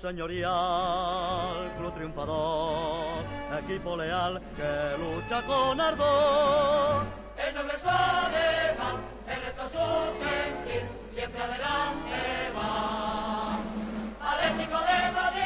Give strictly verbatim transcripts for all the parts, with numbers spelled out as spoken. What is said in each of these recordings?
señorial, club triunfador, equipo leal que lucha con ardor. El noble suave va, el resto su sentir, siempre adelante va. Atlético de Madrid.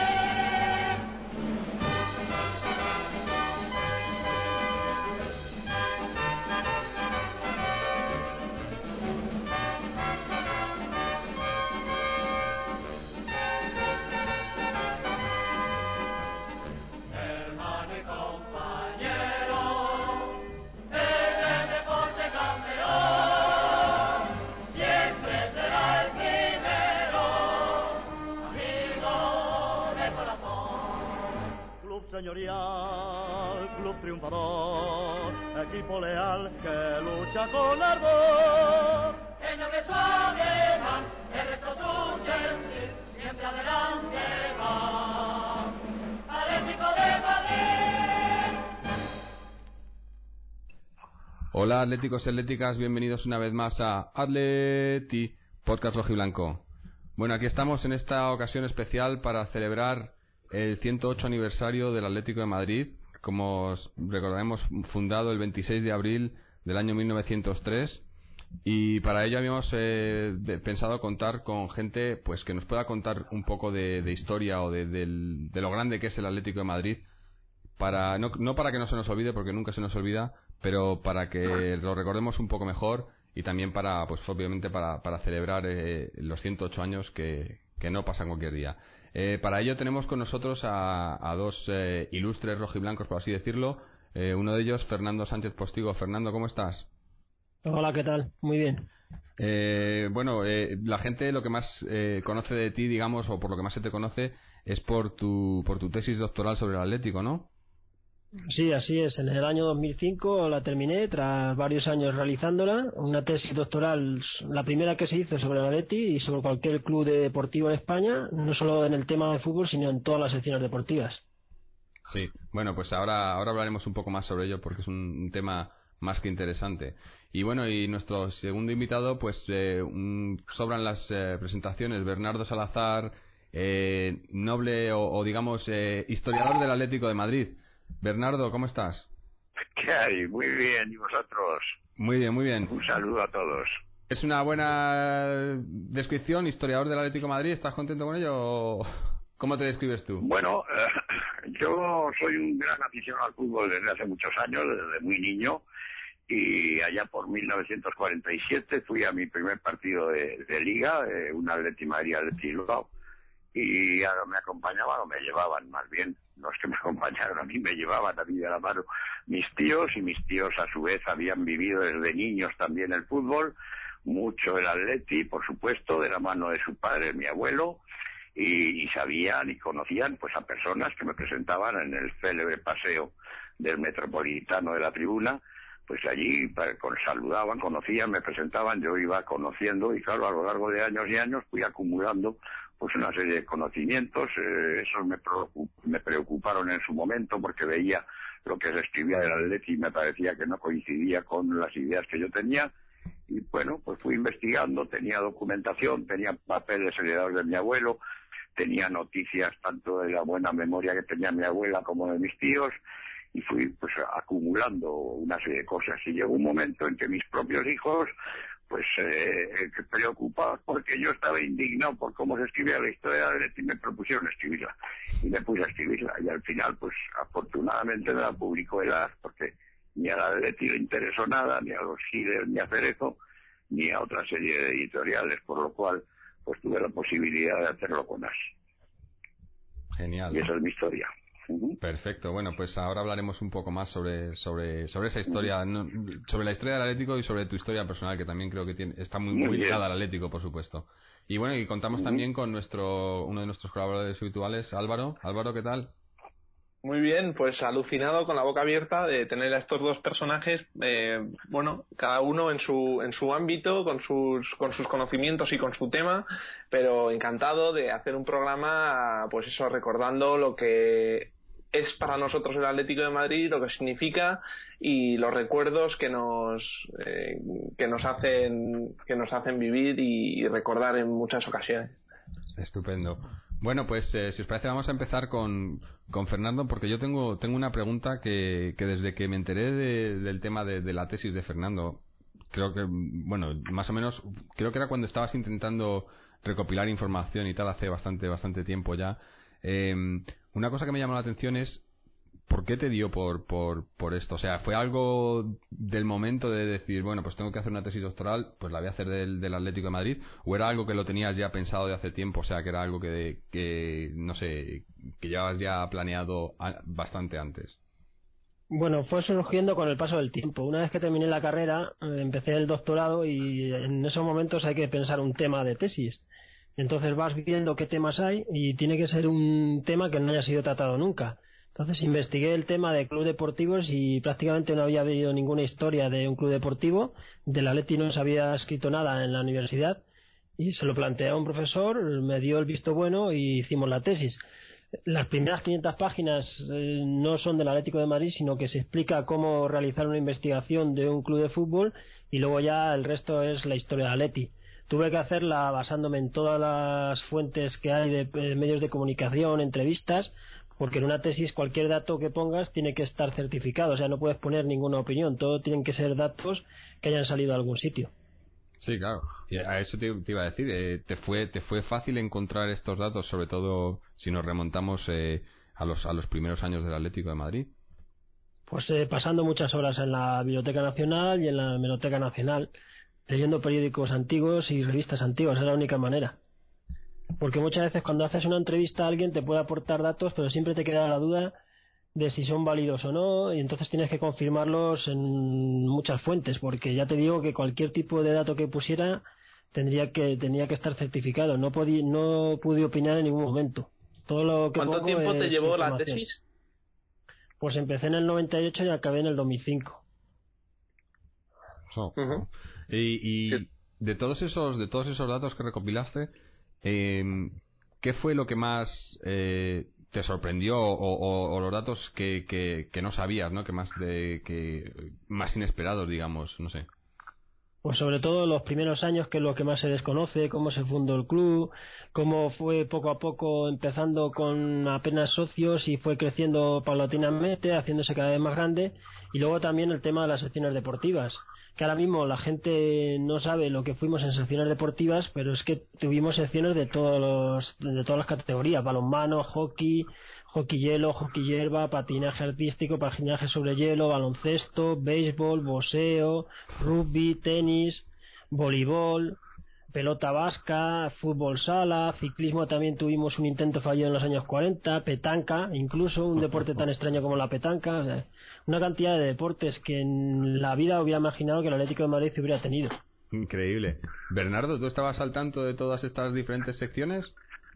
Señorial, club triunfador, equipo leal que lucha con ardor. El noble suave va, el resto su sentir, siempre adelante va. Atlético de Madrid. Hola atléticos y atléticas, bienvenidos una vez más a Atleti, podcast rojiblanco. Bueno, aquí estamos en esta ocasión especial para celebrar el ciento ocho aniversario del Atlético de Madrid, como recordaremos, fundado el veintiséis de abril del año mil novecientos tres, y para ello habíamos eh, de, pensado contar con gente pues que nos pueda contar un poco de, de historia o de, de, de lo grande que es el Atlético de Madrid, para no, no para que no se nos olvide, porque nunca se nos olvida, pero para que lo recordemos un poco mejor, y también para, pues obviamente para, para celebrar eh, los ciento ocho años que, que no pasan cualquier día. Eh, para ello tenemos con nosotros a, a dos eh, ilustres rojiblancos, por así decirlo. Eh, uno de ellos, Fernando Sánchez Postigo. Fernando, ¿cómo estás? Hola, ¿qué tal? Muy bien. Eh, bueno, eh, la gente lo que más eh, conoce de ti, digamos, o por lo que más se te conoce, es por tu, por tu tesis doctoral sobre el Atlético, ¿no? Sí, así es. En el año dos mil cinco la terminé, tras varios años realizándola. Una tesis doctoral, la primera que se hizo sobre el Atleti y sobre cualquier club deportivo en España, no solo en el tema de fútbol, sino en todas las secciones deportivas. Sí, bueno, pues ahora, ahora hablaremos un poco más sobre ello, porque es un, un tema más que interesante. Y bueno, y nuestro segundo invitado, pues eh, un, sobran las eh, presentaciones. Bernardo Salazar, eh, noble o, o digamos eh, historiador del Atlético de Madrid. Bernardo, ¿cómo estás? ¿Qué hay? Muy bien, ¿y vosotros? Muy bien, muy bien. Un saludo a todos. ¿Es una buena descripción, historiador del Atlético de Madrid? ¿Estás contento con ello o cómo te describes tú? Bueno, eh, yo soy un gran aficionado al fútbol desde hace muchos años, desde muy niño, y allá por mil novecientos cuarenta y siete fui a mi primer partido de, de liga, eh, un Atleti Madrid Atleti Bilbao, y a, me acompañaban o me llevaban, más bien, no es que me acompañaron, a mí me llevaban a mí de la mano mis tíos, y mis tíos a su vez habían vivido desde niños también el fútbol, mucho el Atleti, por supuesto, de la mano de su padre, mi abuelo, y, y sabían y conocían pues a personas que me presentaban en el célebre paseo del Metropolitano de la Tribuna, pues allí para, con, saludaban, conocían, me presentaban, yo iba conociendo, y claro, a lo largo de años y años fui acumulando pues una serie de conocimientos, eh, esos me, preocup, me preocuparon en su momento porque veía lo que se escribía del Atleti y me parecía que no coincidía con las ideas que yo tenía, y bueno, pues fui investigando, tenía documentación, tenía papeles heredados de mi abuelo, tenía noticias tanto de la buena memoria que tenía mi abuela como de mis tíos, y fui pues acumulando una serie de cosas, y llegó un momento en que mis propios hijos pues eh, preocupados porque yo estaba indignado por cómo se escribía la historia de Atleti, me propusieron escribirla y me puse a escribirla, y al final pues afortunadamente me la publicó el A S, porque ni a la Atleti le interesó nada, ni a los Giles, ni a Cerezo, ni a otra serie de editoriales, por lo cual pues tuve la posibilidad de hacerlo con A S. Genial. Y esa es mi historia. Uh-huh. Perfecto, bueno, pues ahora hablaremos un poco más sobre sobre sobre esa historia, uh-huh. no, sobre la historia del Atlético y sobre tu historia personal, que también creo que tiene, está muy, muy, muy ligada al Atlético, por supuesto. Y bueno, y contamos uh-huh. también con nuestro uno de nuestros colaboradores habituales, Álvaro. Álvaro, ¿qué tal? Muy bien, pues alucinado, con la boca abierta de tener a estos dos personajes, eh, bueno, cada uno en su en su ámbito, con sus con sus conocimientos y con su tema, pero encantado de hacer un programa, pues eso, recordando lo que es para nosotros el Atlético de Madrid, lo que significa y los recuerdos que nos eh, que nos hacen que nos hacen vivir y, y recordar en muchas ocasiones. Estupendo. Bueno, pues eh, si os parece vamos a empezar con, con Fernando, porque yo tengo tengo una pregunta que, que desde que me enteré de, del tema de, de la tesis de Fernando, creo que, bueno, más o menos, creo que era cuando estabas intentando recopilar información y tal, hace bastante bastante tiempo ya. Eh, una cosa que me llamó la atención es ¿por qué te dio por, por, por esto? O sea, ¿fue algo del momento de decir, bueno, pues tengo que hacer una tesis doctoral, pues la voy a hacer del, del Atlético de Madrid? ¿O era algo que lo tenías ya pensado de hace tiempo? O sea, que era algo que, que no sé, que llevabas ya planeado a, bastante antes. Bueno, fue surgiendo con el paso del tiempo. Una vez que terminé la carrera, eh, empecé el doctorado y en esos momentos hay que pensar un tema de tesis. Entonces vas viendo qué temas hay y tiene que ser un tema que no haya sido tratado nunca. Entonces investigué el tema de clubes deportivos y prácticamente no había habido ninguna historia de un club deportivo. Del Atleti no se había escrito nada en la universidad y se lo planteé a un profesor, me dio el visto bueno y hicimos la tesis. Las primeras quinientas páginas eh, no son del Atlético de Madrid, sino que se explica cómo realizar una investigación de un club de fútbol y luego ya el resto es la historia del Atleti. Tuve que hacerla basándome en todas las fuentes que hay de eh, medios de comunicación, entrevistas, porque en una tesis cualquier dato que pongas tiene que estar certificado, o sea, no puedes poner ninguna opinión, todo tienen que ser datos que hayan salido de algún sitio. Sí, claro. Y a eso te, te iba a decir, eh, te fue te fue fácil encontrar estos datos, sobre todo si nos remontamos eh, a los a los primeros años del Atlético de Madrid. Pues eh, pasando muchas horas en la Biblioteca Nacional y en la Hemeroteca Nacional, leyendo periódicos antiguos y revistas antiguas, es la única manera. Porque muchas veces cuando haces una entrevista a alguien te puede aportar datos, pero siempre te queda la duda de si son válidos o no, y entonces tienes que confirmarlos en muchas fuentes, porque ya te digo que cualquier tipo de dato que pusiera tendría que tenía que estar certificado. No podí, no pude opinar en ningún momento. Todo lo que ¿Cuánto pongo tiempo te es llevó la información. tesis? Pues empecé en el noventa y ocho y acabé en el dos mil cinco. So, Uh-huh. Y, y de todos esos de todos esos datos que recopilaste, eh, ¿qué fue lo que más eh, te sorprendió o, o, o los datos que, que, que no sabías, ¿no? Que más de que más inesperados, digamos, no sé. Pues sobre todo los primeros años, que es lo que más se desconoce, cómo se fundó el club, cómo fue poco a poco empezando con apenas socios y fue creciendo paulatinamente, haciéndose cada vez más grande, y luego también el tema de las secciones deportivas, que ahora mismo la gente no sabe lo que fuimos en secciones deportivas, pero es que tuvimos secciones de todos los, de todas las categorías: balonmano, hockey, hockey hielo, hockey hierba, patinaje artístico, patinaje sobre hielo, baloncesto, béisbol, boxeo, rugby, tenis, voleibol, pelota vasca, fútbol sala, ciclismo. También tuvimos un intento fallido en los años cuarenta, petanca, incluso un deporte tan extraño como la petanca. O sea, una cantidad de deportes que en la vida hubiera imaginado que el Atlético de Madrid hubiera tenido. Increíble. Bernardo, ¿tú estabas al tanto de todas estas diferentes secciones?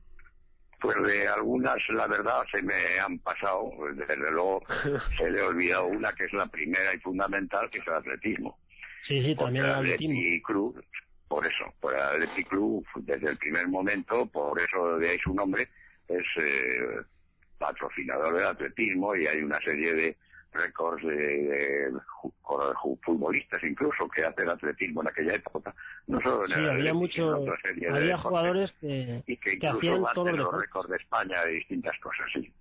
Pues de algunas, la verdad, se me han pasado. Desde luego, se le ha olvidado una que es la primera y fundamental, que es el atletismo. Sí, sí, también el atletismo. Athletic Club, por eso, por el Athletic Club, desde el primer momento, por eso de ahí su nombre, es eh, patrocinador del atletismo, y hay una serie de récords de, de, de futbolistas incluso que hacen atletismo en aquella época, no solo en sí, el había Athletic, mucho, sino en otra serie había de jugadores que, y que que incluso hacían baten todos los los deportes. récords de España de distintas cosas, sí.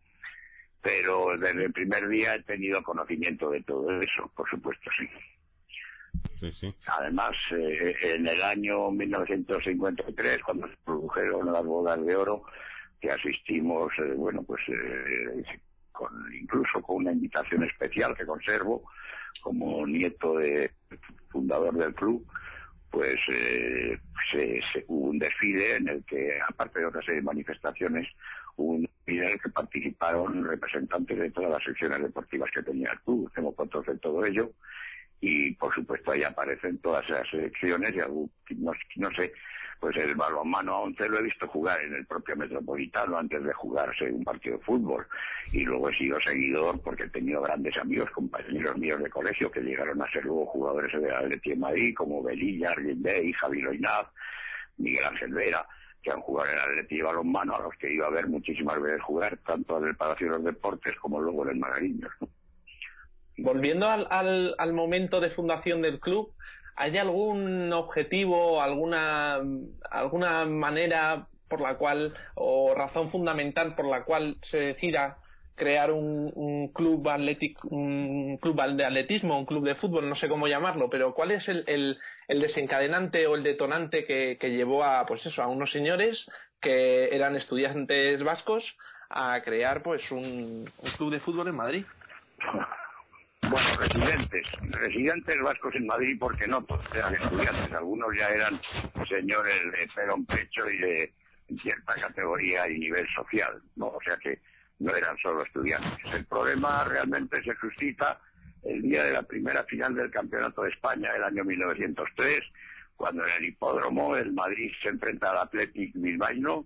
Pero desde el primer día he tenido conocimiento de todo eso, por supuesto, sí. Sí, sí. Además, eh, en el año mil novecientos cincuenta y tres, cuando se produjeron las bodas de oro, que asistimos, eh, bueno, pues eh, con, incluso con una invitación especial que conservo como nieto de fundador del club, pues eh, se, se, hubo un desfile en el que, aparte de otra serie de manifestaciones, hubo un desfile en el que participaron representantes de todas las secciones deportivas que tenía el club. Tengo fotos de todo ello. Y por supuesto ahí aparecen todas esas selecciones y algún, no, no sé, pues el balonmano a once lo he visto jugar en el propio Metropolitano antes de jugarse un partido de fútbol, y luego he sido seguidor porque he tenido grandes amigos, compañeros míos de colegio que llegaron a ser luego jugadores de Athletic de Madrid, como Belilla, Arguindey, Javi Loinaz, Miguel Ángel Vera, que han jugado en el Athletic de balonmano, a los que he ido a ver muchísimas veces jugar, tanto en el Palacio de los Deportes como luego en el Magariños, ¿no? Volviendo al, al, al momento de fundación del club, ¿hay algún objetivo, alguna alguna manera por la cual, o razón fundamental por la cual se decida crear un, un club atlético, un club de atletismo, un club de fútbol, no sé cómo llamarlo, pero ¿cuál es el, el, el desencadenante o el detonante que, que llevó a, pues eso, a unos señores que eran estudiantes vascos a crear pues un, un club de fútbol en Madrid? Bueno, residentes, residentes vascos en Madrid, porque no todos eran estudiantes, algunos ya eran señores de pelo en pecho y de cierta categoría y nivel social, ¿no? O sea que no eran solo estudiantes. El problema realmente se suscita el día de la primera final del Campeonato de España del año mil novecientos tres, cuando en el hipódromo el Madrid se enfrenta al Athletic Bilbaíno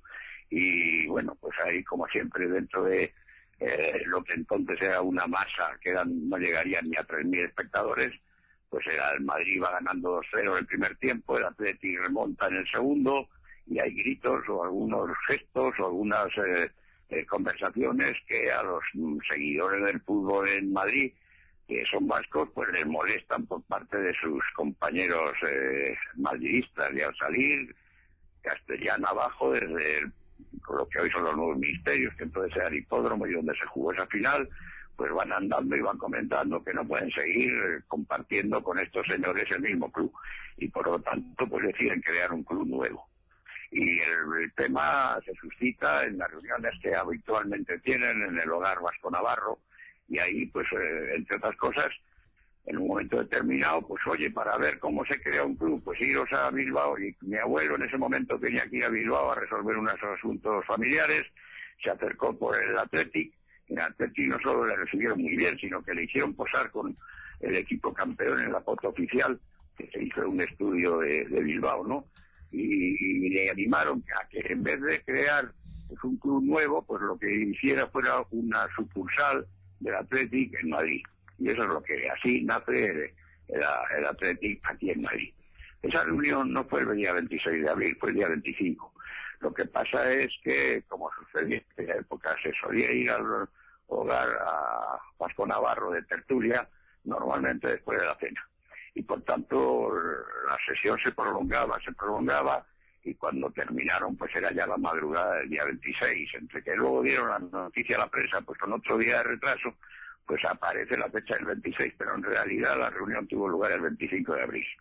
y bueno, pues ahí como siempre dentro de Eh, lo que entonces era una masa que eran, no llegarían ni a tres mil espectadores, pues era el Madrid va ganando dos cero en el primer tiempo, el Athletic remonta en el segundo y hay gritos o algunos gestos o algunas eh, eh, conversaciones que a los mm, seguidores del fútbol en Madrid, que son vascos, pues les molestan por parte de sus compañeros eh, madridistas, y al salir Castellana abajo desde el lo que hoy son los nuevos ministerios, que entonces era el hipódromo y donde se jugó esa final, pues van andando y van comentando que no pueden seguir compartiendo con estos señores el mismo club y por lo tanto pues deciden crear un club nuevo. Y el, el tema se suscita en las reuniones que habitualmente tienen en el hogar Vasco Navarro y ahí pues eh, entre otras cosas en un momento determinado, pues oye, para ver cómo se crea un club, pues iros a Bilbao, y mi abuelo en ese momento tenía que ir a Bilbao a resolver unos asuntos familiares, se acercó por el Athletic, y el Athletic no solo le recibieron muy bien, sino que le hicieron posar con el equipo campeón en la foto oficial, que se hizo un estudio de, de Bilbao, ¿no? Y, y le animaron a que en vez de crear pues, un club nuevo, pues lo que hiciera fuera una sucursal del Athletic en Madrid. Y eso es lo que así nace el, el, el Athletic aquí en Madrid. Esa reunión no fue el día veintiséis de abril, fue el día veinticinco. Lo que pasa es que, como sucedía en aquella época, se solía ir al hogar a Vasco Navarro de tertulia, normalmente después de la cena. Y por tanto, la sesión se prolongaba, se prolongaba, y cuando terminaron, pues era ya la madrugada del día veintiséis. Entre que luego dieron la noticia a la prensa, pues con otro día de retraso, pues aparece la fecha del veintiséis, pero en realidad la reunión tuvo lugar el veinticinco de abril.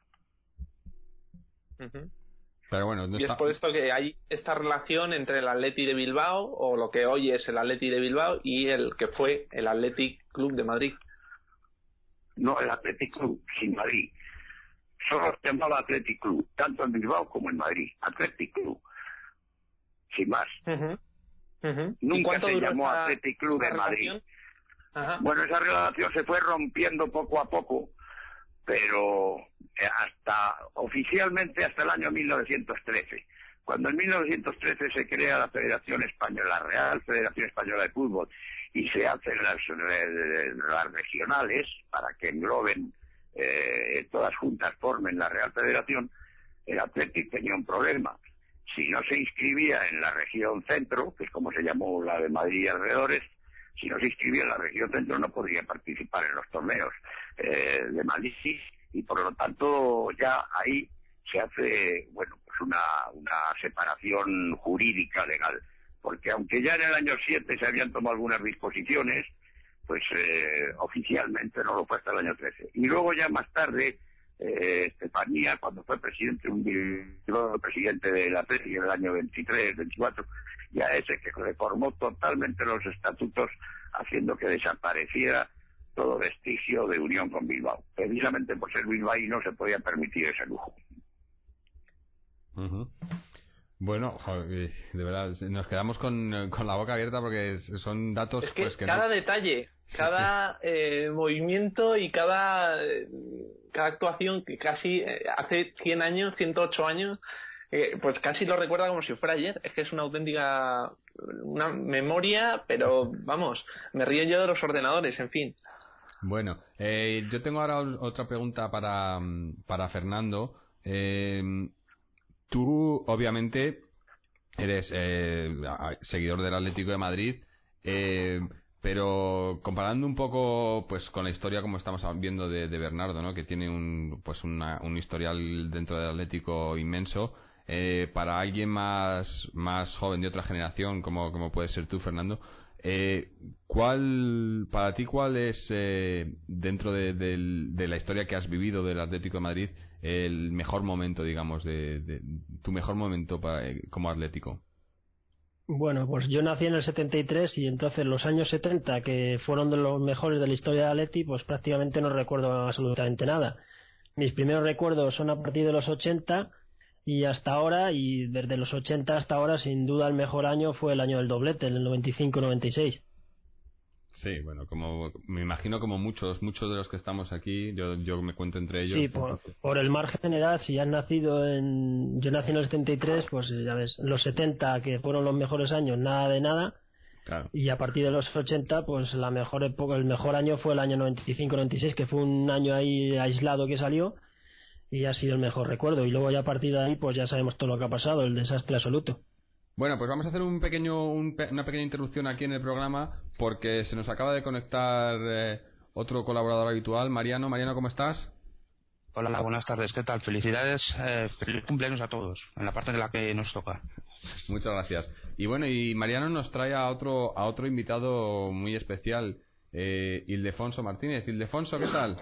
Uh-huh. Pero bueno, no y está... es por esto que hay esta relación entre el Athletic de Bilbao, o lo que hoy es el Athletic de Bilbao, y el que fue el Athletic Club de Madrid. No, el Athletic Club, sin Madrid. Solo se llamaba Athletic Club, tanto en Bilbao como en Madrid. Athletic Club, sin más. Uh-huh. Uh-huh. Nunca se llamó esta, Athletic Club de Madrid. Relación? Ajá. Bueno, esa relación se fue rompiendo poco a poco, pero hasta oficialmente hasta el año mil novecientos trece. Cuando en mil novecientos trece se crea la Federación Española, la Real Federación Española de Fútbol, y se hacen las, las regionales para que engloben eh, todas juntas, formen la Real Federación, el Athletic tenía un problema. Si no se inscribía en la región centro, que es como se llamó la de Madrid y alrededores, si no se inscribía en la región centro no podría participar en los torneos eh, de Madrid, y por lo tanto ya ahí se hace, bueno, pues una, una separación jurídica legal, porque aunque ya en el año siete se habían tomado algunas disposiciones, pues eh, oficialmente no lo fue hasta el año trece. Y luego ya más tarde, eh, Estefanía, cuando fue presidente, un presidente de la P E S en el año veintitrés, veinticuatro, ya ese que reformó totalmente los estatutos, haciendo que desapareciera todo vestigio de unión con Bilbao. Precisamente por ser bilbaíno se podía permitir ese lujo. Uh-huh. Bueno, de verdad, nos quedamos con, con la boca abierta porque son datos... Es que, pues, que cada no... detalle, sí, cada sí. Eh, movimiento y cada, cada actuación que casi eh, hace cien años, ciento ocho años, eh, pues casi lo recuerda como si fuera ayer. Es que es una auténtica una memoria, pero vamos, me río yo de los ordenadores, en fin. Bueno, eh, yo tengo ahora otra pregunta para, para Fernando. Eh, tú, obviamente, eres eh, seguidor del Atlético de Madrid, eh, pero comparando un poco pues con la historia como estamos viendo de, de Bernardo, ¿no? Que tiene un pues una, un historial dentro del Atlético inmenso. Eh, para alguien más, más joven de otra generación, como, como puede ser tú, Fernando, eh, ¿cuál, para ti, cuál es, eh, dentro de, de, de la historia que has vivido del Atlético de Madrid, el mejor momento, digamos, de, de tu mejor momento para, como Atlético? Bueno, pues yo nací en el setenta y tres y entonces los años setenta, que fueron de los mejores de la historia de Atleti, pues prácticamente no recuerdo absolutamente nada. Mis primeros recuerdos son a partir de los ochenta y hasta ahora, y desde los ochenta hasta ahora, sin duda el mejor año fue el año del doblete, el noventa y cinco noventa y seis. Sí, bueno, como me imagino como muchos muchos de los que estamos aquí, yo yo me cuento entre ellos. Sí, por, por el margen de edad, si has nacido en... Yo nací en el setenta y tres, pues ya ves, los setenta, que fueron los mejores años, nada de nada. Claro. Y a partir de los ochenta, pues la mejor época, el mejor año fue el año noventa y cinco noventa y seis, que fue un año ahí aislado que salió y ha sido el mejor recuerdo. Y luego ya a partir de ahí, pues ya sabemos todo lo que ha pasado, el desastre absoluto. Bueno, pues vamos a hacer un pequeño, un pe- una pequeña interrupción aquí en el programa porque se nos acaba de conectar eh, otro colaborador habitual, Mariano. Mariano, ¿cómo estás? Hola, buenas tardes. ¿Qué tal? Felicidades, eh, feliz cumpleaños a todos, en la parte de la que nos toca. Muchas gracias. Y bueno, y Mariano nos trae a otro a otro invitado muy especial, eh, Ildefonso Martínez. Ildefonso, ¿qué tal?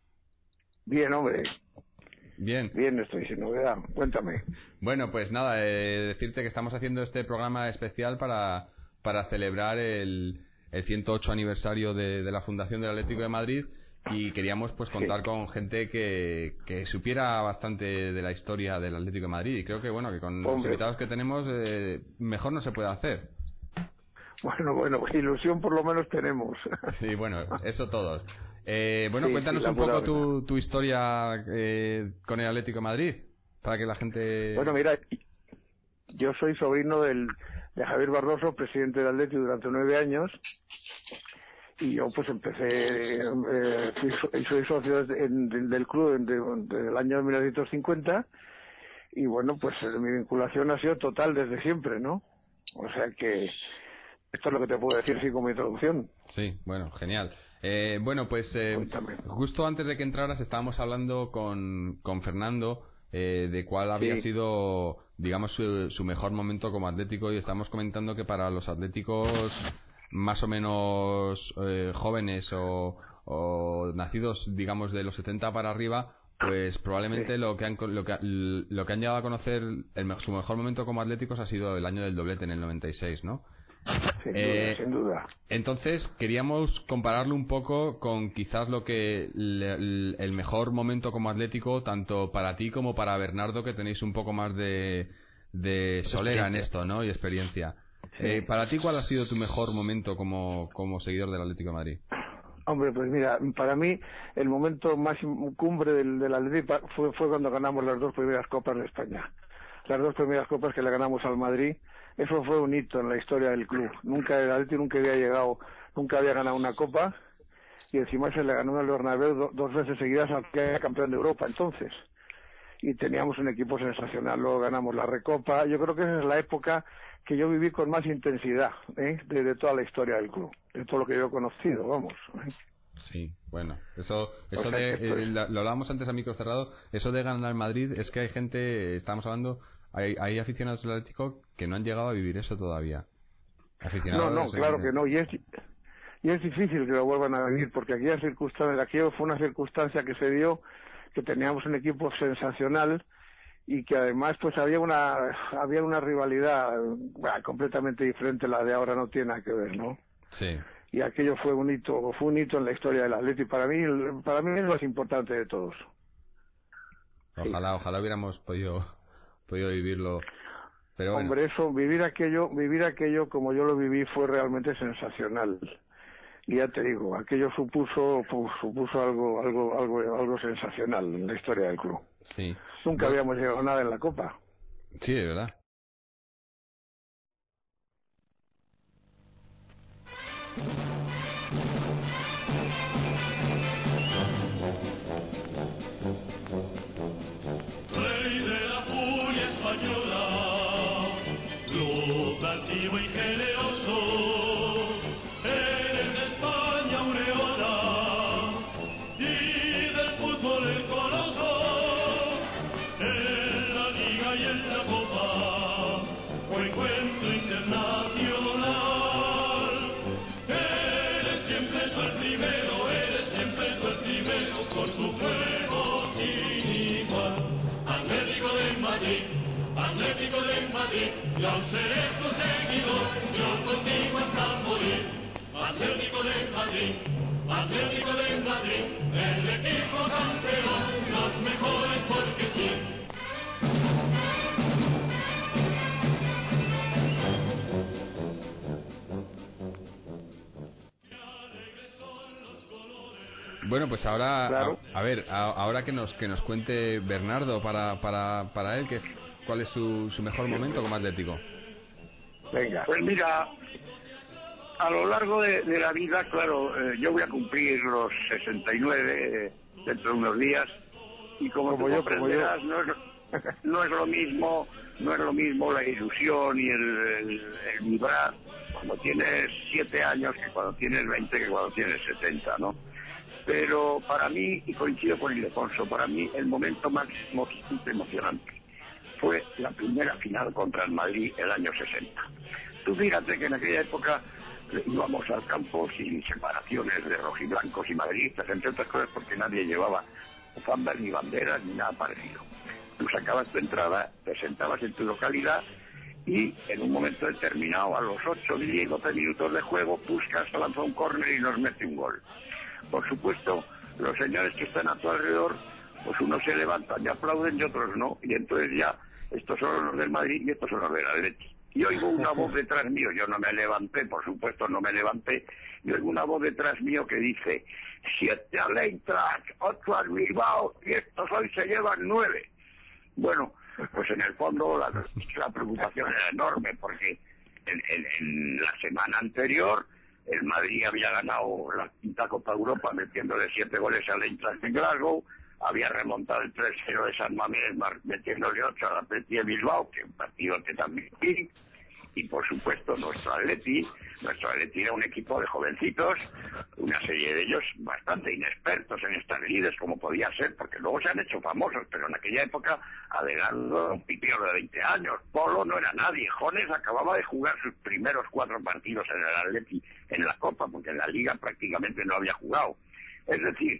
Bien, hombre. Bien. Bien, estoy sin novedad. Cuéntame. Bueno, pues nada, eh, decirte que estamos haciendo este programa especial para, para celebrar el, el ciento ocho aniversario de, de la Fundación del Atlético de Madrid y queríamos pues contar sí. con gente que, que supiera bastante de la historia del Atlético de Madrid y creo que bueno que con Hombre. los invitados que tenemos eh, mejor no se puede hacer. Bueno, bueno, ilusión por lo menos tenemos. Sí, bueno, eso todos. Eh, bueno, sí, cuéntanos sí, un poco tu, tu historia eh, con el Atlético de Madrid, para que la gente... Bueno, mira, yo soy sobrino del, de Javier Barroso, presidente del Atlético durante nueve años, y yo pues empecé, eh, fui, soy socio de, de, del club desde de, el año mil novecientos cincuenta, y bueno, pues mi vinculación ha sido total desde siempre, ¿no? O sea que... Esto es lo que te puedo decir, sí, como introducción. Sí, bueno, genial. Eh, bueno, pues eh, justo antes de que entraras estábamos hablando con, con Fernando eh, de cuál había sí. sido, digamos, su, su mejor momento como atlético y estamos comentando que para los atléticos más o menos eh, jóvenes o, o nacidos, digamos, de los setenta para arriba, pues probablemente sí. lo que han lo que, lo que han llegado a conocer, el, su mejor momento como atléticos ha sido el año del doblete en el noventa y seis, ¿no? Sin duda, eh, sin duda. Entonces queríamos compararlo un poco con quizás lo que le, el, el mejor momento como atlético tanto para ti como para Bernardo, que tenéis un poco más de, de solera en esto, ¿no? Y experiencia. Sí. Eh, para ti, ¿cuál ha sido tu mejor momento como, como seguidor del Atlético de Madrid? Hombre, pues mira, para mí el momento más cumbre del, del Atlético fue, fue cuando ganamos las dos primeras copas de España. Las dos primeras copas que le ganamos al Madrid. Eso fue un hito en la historia del club. Nunca el Atlético nunca había llegado, nunca había ganado una copa y encima se le ganó al Bernabéu do, dos veces seguidas al que era campeón de Europa entonces. Y teníamos un equipo sensacional. Luego ganamos la Recopa. Yo creo que esa es la época que yo viví con más intensidad, ¿eh? de, de toda la historia del club, de todo lo que yo he conocido, vamos. ¿eh? Sí, bueno, eso, eso o sea, de, pues... eh, lo hablábamos antes a micro cerrado, eso de ganar al Madrid, es que hay gente, estamos hablando, hay, hay aficionados del Atlético que no han llegado a vivir eso todavía. Aficionados no, no, claro que no, y es, y es difícil que lo vuelvan a vivir, porque aquella circunstancia, aquello fue una circunstancia que se dio, que teníamos un equipo sensacional, y que además pues había una había una rivalidad bueno, completamente diferente, la de ahora no tiene nada que ver, ¿no? Sí. Y aquello fue un hito, fue un hito en la historia del Atlético, y para mí, para mí es lo más importante de todos. Ojalá, sí. ojalá hubiéramos podido, podido vivirlo. Pero bueno. Hombre, eso, vivir aquello, vivir aquello como yo lo viví fue realmente sensacional. Y ya te digo, aquello supuso, pues, supuso algo, algo, algo, algo sensacional en la historia del club. Sí. Nunca bueno. habíamos llegado a nada en la Copa. Sí, de verdad. Rey de la furia española, club antiguo y generoso, eres de España aureola y del fútbol el coloso, en la liga y en la copa o encuentro internacional. Eres siempre tú el primero, eres siempre tú el primero, por tu juego sin igual. Atlético de Madrid, Atlético de Madrid, yo seré tu seguidor, yo contigo hasta morir. Atlético de Madrid, Atlético de Madrid, el equipo campeón, los mejores porque sí. Bueno, pues ahora, Claro. a, a ver, a- ahora que nos que nos cuente Bernardo para para para él que cuál es su, su mejor momento como Atlético. Venga. Pues mira, a lo largo de, de la vida, claro, eh, yo voy a cumplir los sesenta y nueve eh, dentro de unos días, y como, Como tú yo, como yo. comprenderás, no es, no es lo mismo, no es lo mismo la ilusión y el, el, el vibrar cuando tienes siete años que cuando tienes veinte, que cuando tienes setenta, ¿no? Pero para mí, y coincido con Ildefonso, para mí el momento más emo- emocionante fue la primera final contra el Madrid el año sesenta. Tú fíjate que en aquella época eh, íbamos al campo sin separaciones de rojiblancos y madridistas, entre otras cosas porque nadie llevaba bufandas ni banderas ni nada parecido. Tú sacabas tu entrada, te sentabas en tu localidad y en un momento determinado, a los ocho, diez, doce minutos de juego, Puskás lanza un córner y nos mete un gol. Por supuesto, los señores que están a tu alrededor, pues unos se levantan y aplauden y otros no, y entonces ya estos son los del Madrid y estos son los del Atleti. Y oigo una voz detrás mío, yo no me levanté, por supuesto no me levanté, y oigo una voz detrás mío que dice: siete al Eintracht, ocho al Bilbao, y estos hoy se llevan nueve. Bueno, pues en el fondo la, la preocupación era enorme, porque en, en, en la semana anterior el Madrid había ganado la quinta Copa Europa metiéndole siete goles al Eintracht de Glasgow, había remontado el tres cero de San Mamés metiéndole ocho al Atleti de Bilbao, que es un partido que también vi, y por supuesto nuestro Atleti, nuestro Atleti era un equipo de jovencitos, una serie de ellos bastante inexpertos en estas lides como podía ser, porque luego se han hecho famosos, pero en aquella época Adelando un pipiolo de veinte años, Polo no era nadie, Jones acababa de jugar sus primeros cuatro partidos en el Atleti en la Copa, porque en la Liga prácticamente no había jugado. Es decir,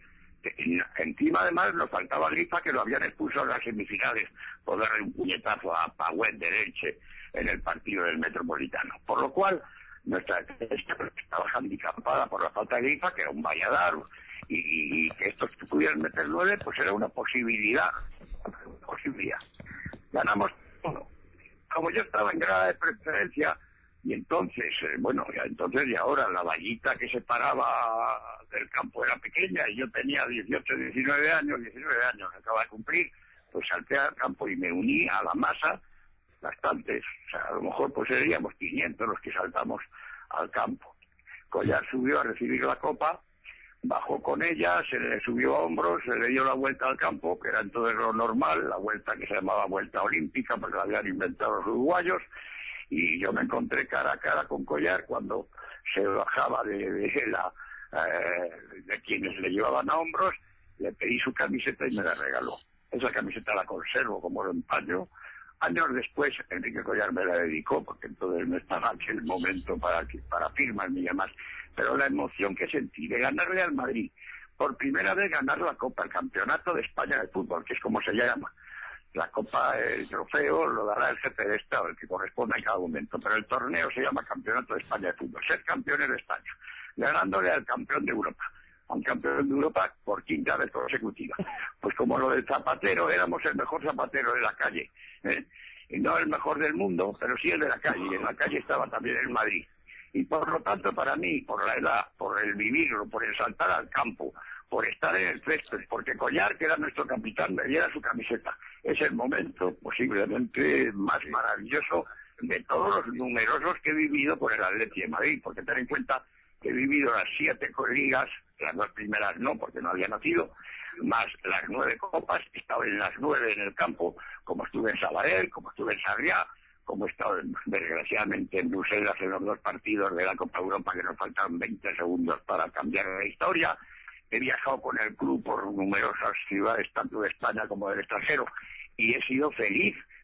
encima además nos faltaba Grifa, que lo habían expulsado en las semifinales por darle un puñetazo a Pauet de Elche en el partido del Metropolitano, por lo cual nuestra estrategia estaba handicapada por la falta de Grifa, que era un valladar, y, y que estos pudieran meter nueve, pues era una posibilidad, una posibilidad. Ganamos uno. Como yo estaba en grada de preferencia, y entonces, eh, bueno, ya entonces y ahora la vallita que separaba del campo era pequeña, y yo tenía dieciocho, diecinueve años, diecinueve años, acaba de cumplir, pues salté al campo y me uní a la masa, bastantes, o sea, a lo mejor pues seríamos quinientos los que saltamos al campo. Collar subió a recibir la copa, bajó con ella, se le subió a hombros, se le dio la vuelta al campo, que era entonces lo normal, la vuelta que se llamaba vuelta olímpica, porque la habían inventado los uruguayos, y yo me encontré cara a cara con Collar cuando se bajaba de, de la eh, de quienes le llevaban a hombros, le pedí su camiseta y me la regaló. Esa camiseta la conservo como lo empaño. Años después Enrique Collar me la dedicó, porque entonces no estaba aquel momento para, para firmas ni demás, pero la emoción que sentí de ganarle al Madrid, por primera vez ganar la Copa, el Campeonato de España de Fútbol, que es como se llama. La Copa, el trofeo, lo dará el jefe de Estado, el que corresponda en cada momento, pero el torneo se llama Campeonato de España de Fútbol, ser campeones de España, ganándole al campeón de Europa, a un campeón de Europa por quinta vez consecutiva. Pues como lo del zapatero, éramos el mejor zapatero de la calle, ¿eh? Y no el mejor del mundo, pero sí el de la calle, y en la calle estaba también el Madrid. Y por lo tanto, para mí, por la edad, por el vivirlo, por el saltar al campo, por estar en el césped, porque Collar, que era nuestro capitán, me diera su camiseta, es el momento posiblemente más maravilloso de todos los numerosos que he vivido por el Atleti de Madrid, porque ten en cuenta que he vivido las siete ligas, las dos primeras no, porque no había nacido, más las nueve copas, he estado en las nueve en el campo, como estuve en Sabadell, como estuve en Sarriá, como he estado desgraciadamente en Bruselas en los dos partidos de la Copa Europa, que nos faltaban veinte segundos para cambiar la historia. He viajado con el club por numerosas ciudades, tanto de España como del extranjero, y he sido feliz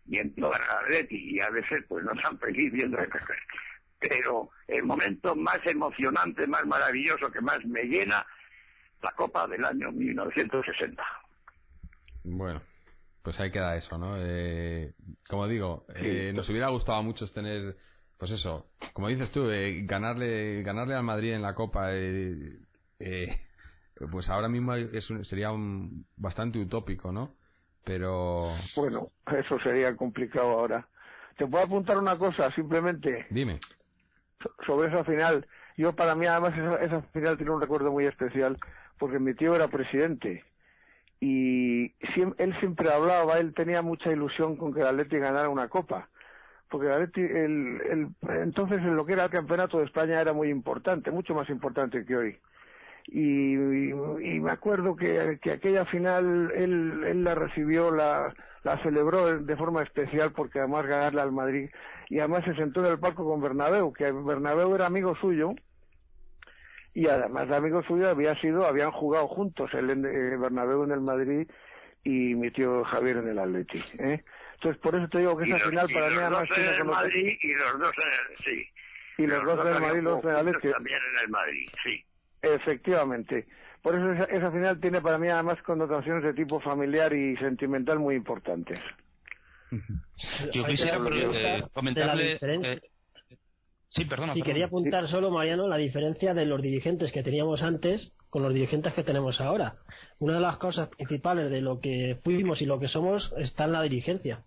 viendo al Atleti, y a veces pues no tan feliz viendo el pero el momento más emocionante, más maravilloso, que más me llena, la Copa del año mil novecientos sesenta. Bueno, pues ahí queda eso, ¿no? Eh, como digo, eh, sí, nos hubiera gustado mucho tener, pues eso, como dices tú, eh, ganarle ganarle al Madrid en la Copa, eh, eh, pues ahora mismo es un, sería un, bastante utópico, ¿no? Pero... Bueno, eso sería complicado ahora. ¿Te puedo apuntar una cosa, simplemente? Dime. Sobre esa final. Yo, para mí, además, esa, esa final tiene un recuerdo muy especial, porque mi tío era presidente y siempre, él siempre hablaba, él tenía mucha ilusión con que el Atleti ganara una copa, porque el Atleti, el, el, entonces en lo que era el campeonato de España era muy importante, mucho más importante que hoy. Y, y, y me acuerdo que, que aquella final él, él la recibió, la, la celebró de forma especial, porque además ganarle al Madrid, y además se sentó en el palco con Bernabéu, que Bernabéu era amigo suyo, y además de amigo suyo había sido, habían jugado juntos, el eh, Bernabéu en el Madrid y mi tío Javier en el Atleti, ¿eh? Entonces por eso te digo que esa los, final para mí además tiene en el Madrid y los dos en el, sí. Y, y los, los dos en el Madrid y los dos en el Atleti. También en el Madrid, sí. Efectivamente. Por eso esa, esa final tiene para mí además connotaciones de tipo familiar y sentimental muy importantes. Yo quisiera eh, comentarle... Eh, sí, perdona. Sí, perdona. quería apuntar solo, Mariano, la diferencia de los dirigentes que teníamos antes con los dirigentes que tenemos ahora. Una de las cosas principales de lo que fuimos y lo que somos está en la dirigencia.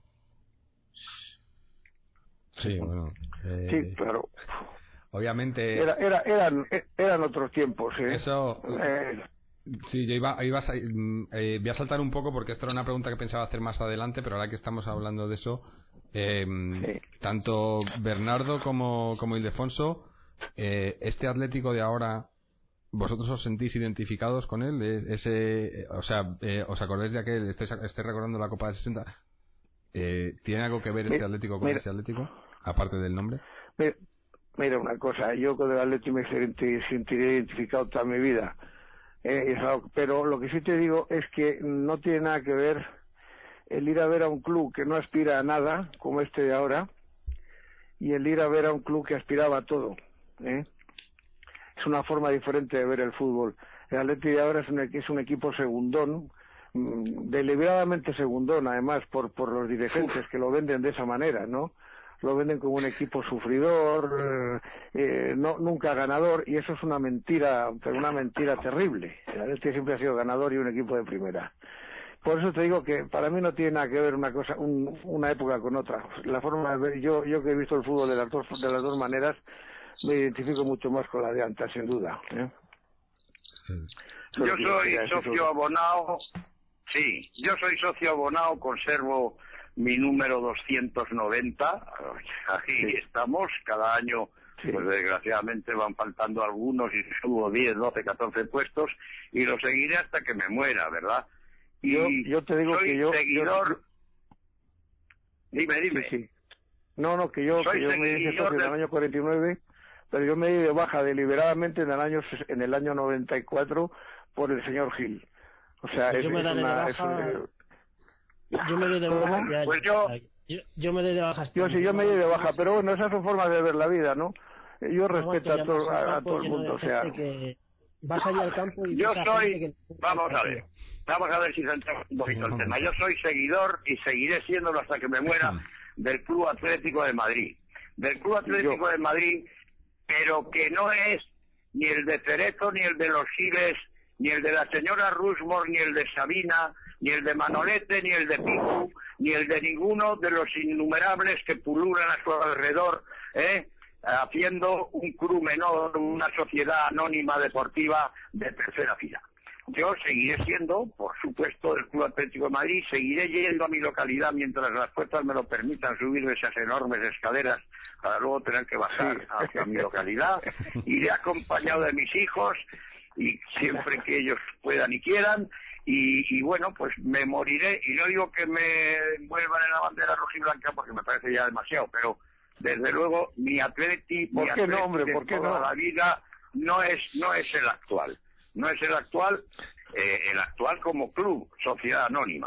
Sí, bueno. Eh... Sí, claro. Obviamente era, era, eran eran otros tiempos, ¿eh? Eso eh. Sí, yo iba, iba a, eh, voy a saltar un poco porque esta era una pregunta que pensaba hacer más adelante, pero ahora que estamos hablando de eso, eh, sí. tanto Bernardo como, como Ildefonso, eh, este Atlético de ahora, ¿vosotros os sentís identificados con él? Ese, o sea, eh, ¿os acordáis de aquel, estáis, estáis recordando la Copa del sesenta? Eh, ¿Tiene algo que ver este Atlético con mira, ese Atlético? Aparte del nombre. Mira, Mira una cosa, yo con el Atleti me sentiré identificado toda mi vida, eh, pero lo que sí te digo es que no tiene nada que ver el ir a ver a un club que no aspira a nada, como este de ahora, y el ir a ver a un club que aspiraba a todo, ¿eh? Es una forma diferente de ver el fútbol. El Atleti de ahora es un, es un equipo segundón, deliberadamente segundón, además, por, por los dirigentes que lo venden de esa manera, ¿no? Lo venden como un equipo sufridor, eh, no nunca ganador, y eso es una mentira, pero una mentira terrible. El Atleti siempre ha sido ganador y un equipo de primera. Por eso te digo que para mí no tiene nada que ver una cosa, un, una época con otra. La forma de ver, yo yo que he visto el fútbol de las dos de las dos maneras, me identifico mucho más con la de antes, sin duda, ¿eh? Yo soy socio abonado, sí, yo soy socio abonado, conservo mi número doscientos noventa, aquí sí. Estamos, cada año, sí. Pues desgraciadamente van faltando algunos y subo diez, doce, catorce puestos y lo seguiré hasta que me muera, ¿verdad? Y yo, yo te digo soy que yo... seguidor... Yo, dime, dime. Sí, sí. No, no, que yo, que yo me hice socio de... en el año cuarenta y nueve, pero yo me di de baja deliberadamente en el año en el año noventa y cuatro por el señor Gil. O sea, pues es, yo me es daré una... de baja... Es, Yo me doy de baja. Ya, pues yo, yo, yo me doy de baja. Yo sí, yo me doy de baja, pero bueno, esas son formas de ver la vida, ¿no? Yo respeto a todo, a, a todo el mundo, o sea. Que vas allí al campo y yo soy, que... vamos a ver, vamos a ver si centramos un poquito el tema. Yo soy seguidor y seguiré siéndolo hasta que me muera del Club Atlético de Madrid. Del Club Atlético yo. de Madrid, pero que no es ni el de Cerezo, ni el de los Giles, ni el de la señora Rushmore, ni el de Sabina, ni el de Manolete, ni el de Picu, ni el de ninguno de los innumerables que pululan a su alrededor, ¿eh? Haciendo un club menor, una sociedad anónima deportiva de tercera fila. Yo seguiré siendo, por supuesto, del Club Atlético de Madrid, seguiré yendo a mi localidad mientras las puertas me lo permitan, subir esas enormes escaleras para luego tener que bajar sí. hacia mi localidad. Iré acompañado de mis hijos y siempre que ellos puedan y quieran. Y, y bueno, pues me moriré, y no digo que me vuelvan en la bandera rojiblanca porque me parece ya demasiado, pero desde luego mi Atleti, ¿Por mi qué Atleti no, hombre? de ¿Por qué toda no? la vida no es no es el actual, no es el actual, eh, el actual como club, sociedad anónima.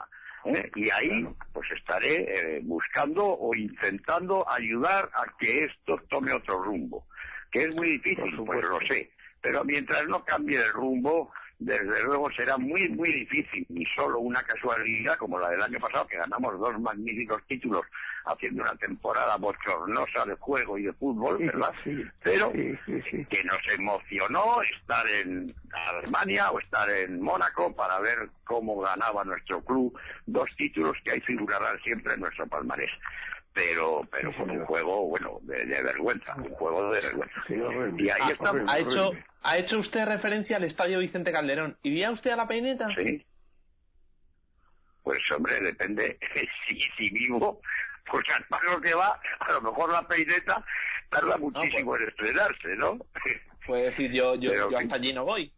¿eh? Y ahí pues estaré eh, buscando o intentando ayudar a que esto tome otro rumbo, que es muy difícil, pues lo sé, pero mientras no cambie el rumbo, desde luego será muy muy difícil, ni solo una casualidad como la del año pasado, que ganamos dos magníficos títulos haciendo una temporada bochornosa de juego y de fútbol, ¿verdad? Sí, sí, pero sí, sí, sí. Que nos emocionó estar en Alemania o estar en Mónaco para ver cómo ganaba nuestro club dos títulos que ahí figurarán siempre en nuestro palmarés. Pero pero con un juego, bueno, de, de vergüenza, un juego de vergüenza. Sí, y ahí ah, estamos. Ha hecho, ha hecho usted referencia al Estadio Vicente Calderón. ¿Iría usted a la Peineta? Sí. Pues hombre, depende. Si, si vivo, pues al paso que va, a lo mejor la Peineta tarda muchísimo no, pues, en estrenarse, ¿no? Puede decir, yo, yo, Pero yo que... hasta allí no voy.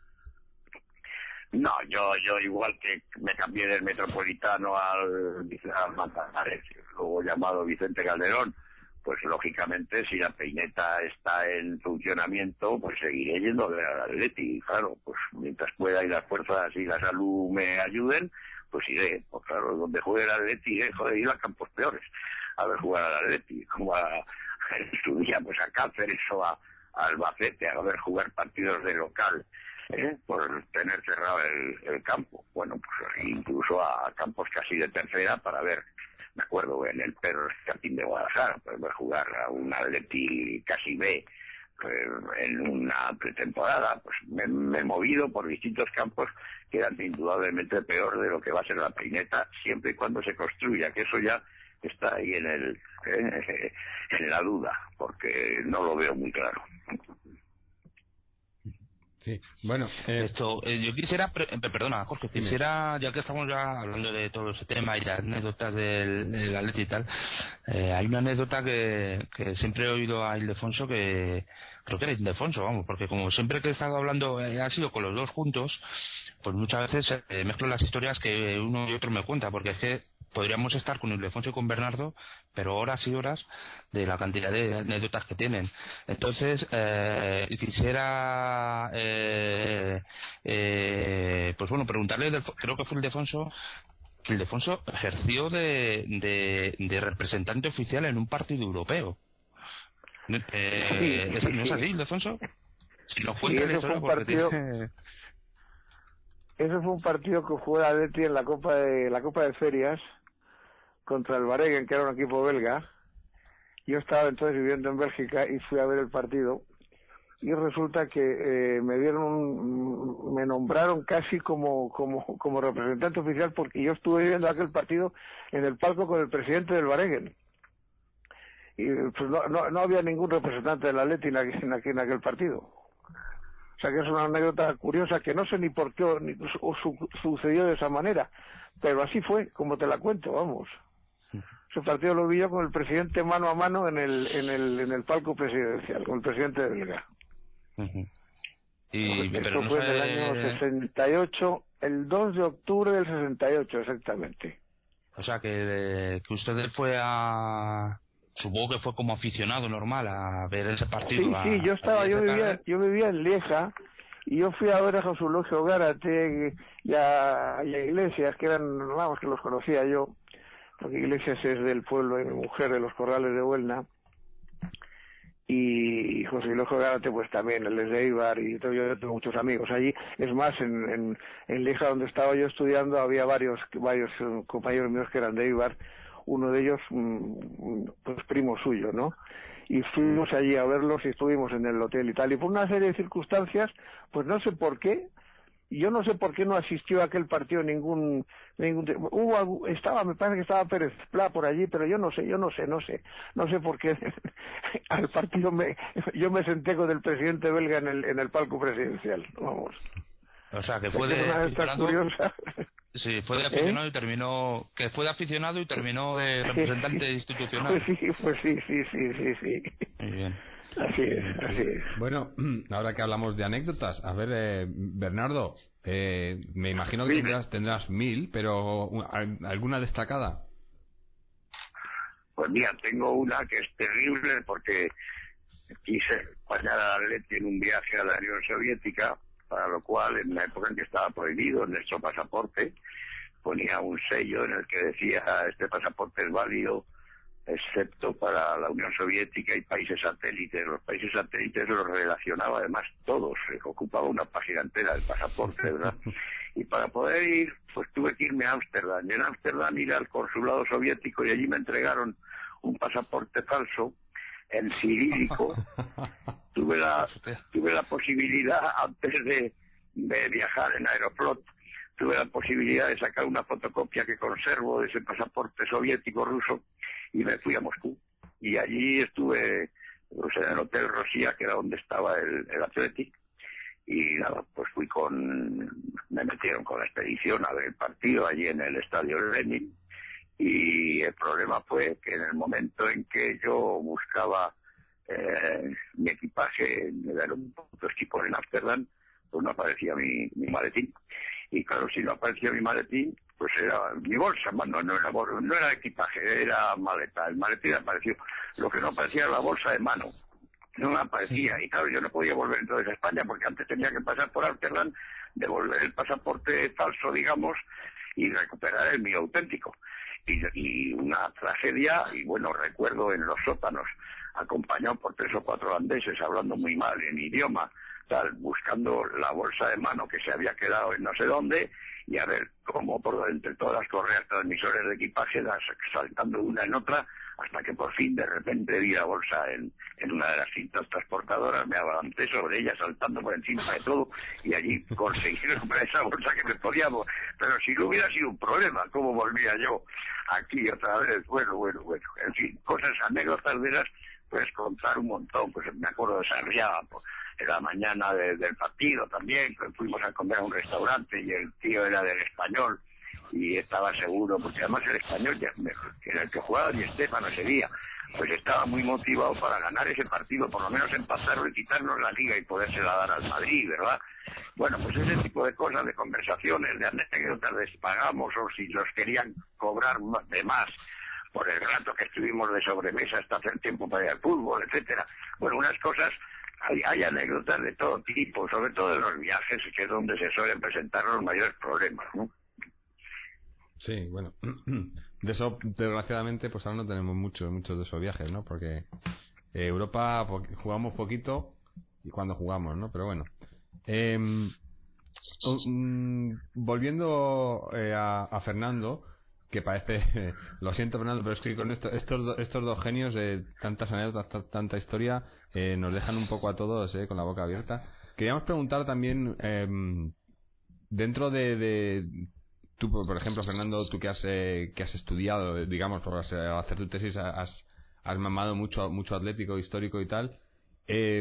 No, yo yo igual que me cambié del Metropolitano al, al Manzanares, luego llamado Vicente Calderón, pues lógicamente si la Peineta está en funcionamiento, pues seguiré yendo al Atleti, claro, pues mientras pueda y las fuerzas y la salud me ayuden, pues iré, pues claro, donde juegue el Atleti, iré, joder, ir a campos peores, a ver jugar al Atleti, como a, en su día, pues a Cáceres o a, a Albacete, a ver jugar partidos de local, ¿eh? Por tener cerrado el, el campo, bueno, pues incluso a, a campos casi de tercera para ver, me acuerdo en el Perro Escartín de Guadalajara, pues ver jugar a un Atleti casi B pues, en una pretemporada, pues me, me he movido por distintos campos que eran indudablemente peor de lo que va a ser la Peineta, siempre y cuando se construya, que eso ya está ahí en el eh, en la duda, porque no lo veo muy claro. Sí, bueno, eh... esto eh, yo quisiera, pre- perdona Jorge, quisiera, ya que estamos ya hablando de todo ese tema y las anécdotas del, del Atleti y tal, eh, hay una anécdota que, que siempre he oído a Ildefonso, que creo que era Ildefonso, vamos, porque como siempre que he estado hablando eh, ha sido con los dos juntos, pues muchas veces eh, mezclo las historias que uno y otro me cuenta, porque es que podríamos estar con Ildefonso y con Bernardo, pero horas y horas de la cantidad de anécdotas que tienen. Entonces, eh, quisiera, eh, eh, pues bueno, preguntarle, creo que fue Ildefonso, que Ildefonso ejerció de, de, de representante oficial en un partido europeo. Eh, sí, ¿No es sí. así, Ildefonso? Si nos sí, cuenta la eso fue historia, un partido... tiene... Eso fue un partido que jugó el Atleti en la Copa de la Copa de Ferias contra el Waregem, que era un equipo belga. Yo estaba entonces viviendo en Bélgica y fui a ver el partido y resulta que eh, me dieron un, me nombraron casi como como como representante oficial porque yo estuve viendo aquel partido en el palco con el presidente del Waregem y pues no, no, no había ningún representante del Atleti en aquel, en aquel, en aquel partido. O sea que es una anécdota curiosa que no sé ni por qué ni, o su, sucedió de esa manera, pero así fue, como te la cuento, vamos. Ese partido lo vi yo con el presidente mano a mano en el en el en el palco presidencial, con el presidente de Belga. Uh-huh. Y, Esto pero no fue sabe... en el año sesenta y ocho, el dos de octubre del sesenta y ocho, exactamente. O sea, que, que usted fue a... Supongo que fue como aficionado normal a ver ese partido. Sí, a, sí, yo estaba, yo vivía, yo vivía en Lieja y yo fui a ver a José Eulogio Gárate y a, y a Iglesias, que eran, vamos, que los conocía yo, porque Iglesias es del pueblo de mi mujer, de los Corrales de Huelna, y José Eulogio Gárate pues también, él es de Eibar, y yo, yo tengo muchos amigos allí. Es más, en, en, en Lieja, donde estaba yo estudiando, había varios, varios compañeros míos que eran de Eibar, uno de ellos pues primo suyo, ¿no? Y fuimos allí a verlos y estuvimos en el hotel y tal, y por una serie de circunstancias, pues no sé por qué, yo no sé por qué no asistió a aquel partido ningún, ningún hubo, estaba, me parece que estaba Pérez Plá por allí, pero yo no sé, yo no sé, no sé, no sé por qué al partido me, yo me senté con el presidente belga en el, en el palco presidencial, vamos. O sea, que o sea, fue que de aficionado... curiosa. Sí, fue de aficionado ¿Eh? y terminó... Que fue de aficionado y terminó de representante sí, institucional. Pues sí, pues sí, sí, sí, sí, sí. Muy bien. Así es, así es. Bueno, ahora que hablamos de anécdotas, a ver, eh, Bernardo, eh, me imagino que tendrás, tendrás mil, pero ¿alguna destacada? Pues mira, tengo una que es terrible porque quise acompañar al Atleti en un viaje a la Unión Soviética, para lo cual en la época en que estaba prohibido nuestro pasaporte, ponía un sello en el que decía este pasaporte es válido excepto para la Unión Soviética y países satélites. Los países satélites los relacionaba además todos, ocupaba una página entera del pasaporte, ¿verdad? Y para poder ir, pues tuve que irme a Ámsterdam, y en Ámsterdam ir al consulado soviético, y allí me entregaron un pasaporte falso en cirílico. Tuve la, tuve la posibilidad, antes de, de viajar en Aeroflot, tuve la posibilidad de sacar una fotocopia que conservo de ese pasaporte soviético ruso, y me fui a Moscú. Y allí estuve pues, en el Hotel Rosia, que era donde estaba el, el Athletic, y nada, pues fui con, me metieron con la expedición a ver el partido allí en el Estadio Lenin, y el problema fue que en el momento en que yo buscaba eh, mi equipaje en el aeropuerto Schiphol en Ámsterdam, pues no aparecía mi, mi maletín. Y claro, si no aparecía mi maletín, pues era mi bolsa, no, no era bolsa, no era equipaje, era maleta. El maletín apareció. Lo que no aparecía era la bolsa de mano. No me aparecía. Y claro, yo no podía volver entonces a España, porque antes tenía que pasar por Ámsterdam, devolver el pasaporte falso, digamos, y recuperar el mío auténtico. Y, y una tragedia, y bueno, recuerdo en los sótanos, acompañado por tres o cuatro holandeses, hablando muy mal en idioma, tal, buscando la bolsa de mano que se había quedado en no sé dónde, y a ver cómo por entre todas las correas transmisores de equipaje, las, saltando de una en otra, hasta que por fin de repente vi la bolsa en, en una de las cintas transportadoras, me avancé sobre ella saltando por encima de todo, y allí conseguí recuperar esa bolsa que me podíamos, pero si no hubiera sido un problema, ¿cómo volvía yo aquí otra vez? Bueno, bueno, bueno, en fin, cosas, anécdotas de esas, pues contar un montón. Pues me acuerdo de Sarriá, pues, era la mañana de, del partido también, que fuimos a comer a un restaurante y el tío era del Español y estaba seguro, porque además el Español, ya, que era el que jugaba Di Stéfano ese día, pues estaba muy motivado para ganar ese partido, por lo menos empatarlo y quitarnos la liga y podérsela dar al Madrid, ¿verdad? Bueno, pues ese tipo de cosas, de conversaciones, de anécdotas, de si pagamos o si los querían cobrar de más por el rato que estuvimos de sobremesa hasta hacer tiempo para ir al fútbol, etcétera. Bueno, unas cosas, hay, hay anécdotas de todo tipo, sobre todo de los viajes, que es donde se suelen presentar los mayores problemas, ¿no? Sí, bueno, de eso desgraciadamente pues ahora no tenemos muchos muchos de esos viajes, ¿no? Porque eh, Europa po- jugamos poquito y cuando jugamos, ¿no? Pero bueno, eh, um, volviendo eh, a, a Fernando, que parece, eh, lo siento Fernando, pero es que con esto, estos do, estos dos genios de eh, tantas anécdotas, t- tanta historia, eh, nos dejan un poco a todos eh, con la boca abierta. Queríamos preguntar también eh, dentro de, de tú, por ejemplo, Fernando, tú que has eh, que has estudiado, digamos, por hacer tu tesis, has, has mamado mucho mucho atlético histórico y tal. Eh,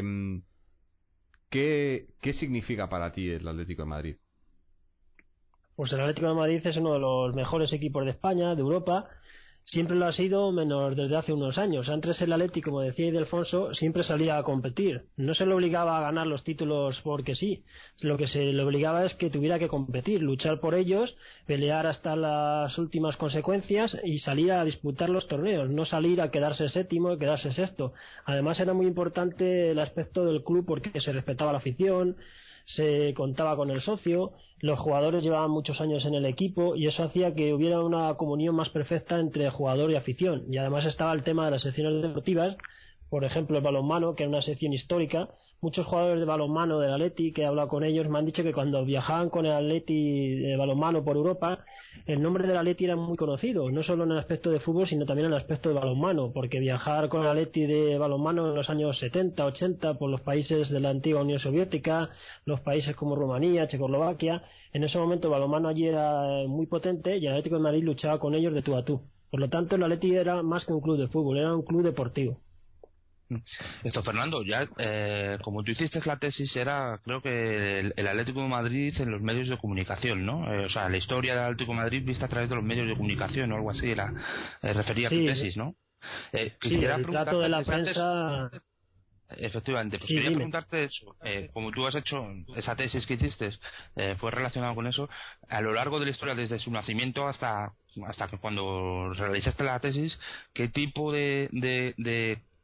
¿qué, ¿Qué significa para ti el Atlético de Madrid? Pues el Atlético de Madrid es uno de los mejores equipos de España, de Europa. Siempre lo ha sido, menos desde hace unos años. Antes el Atlético, como decía Ildefonso, siempre salía a competir. No se le obligaba a ganar los títulos porque sí. Lo que se le obligaba es que tuviera que competir, luchar por ellos, pelear hasta las últimas consecuencias y salir a disputar los torneos, no salir a quedarse séptimo y quedarse sexto. Además era muy importante el aspecto del club porque se respetaba la afición, se contaba con el socio, los jugadores llevaban muchos años en el equipo y eso hacía que hubiera una comunión más perfecta entre jugador y afición. Y además estaba el tema de las secciones deportivas, por ejemplo el balonmano, que era una sección histórica. Muchos jugadores de balonmano del Atleti que he hablado con ellos me han dicho que cuando viajaban con el Atleti de balonmano por Europa, el nombre del Atleti era muy conocido, no solo en el aspecto de fútbol sino también en el aspecto de balonmano, porque viajar con el Atleti de balonmano en los años setenta, ochenta por los países de la antigua Unión Soviética, los países como Rumanía, Checoslovaquia, en ese momento el balonmano allí era muy potente y el Atlético de Madrid luchaba con ellos de tú a tú. Por lo tanto el Atleti era más que un club de fútbol, era un club deportivo. Esto, Fernando, ya eh, como tú hiciste la tesis, era creo que el, el Atlético de Madrid en los medios de comunicación, ¿no? Eh, o sea, la historia del Atlético de Madrid vista a través de los medios de comunicación o algo así, era eh, refería sí, a tu tesis, ¿no? Eh, sí, el trato de la prensa... Antes, efectivamente, pues sí, quería dime. preguntarte eso, eh, como tú has hecho esa tesis que hiciste, eh, fue relacionado con eso, a lo largo de la historia, desde su nacimiento hasta hasta que cuando realizaste la tesis, ¿qué tipo de, de, de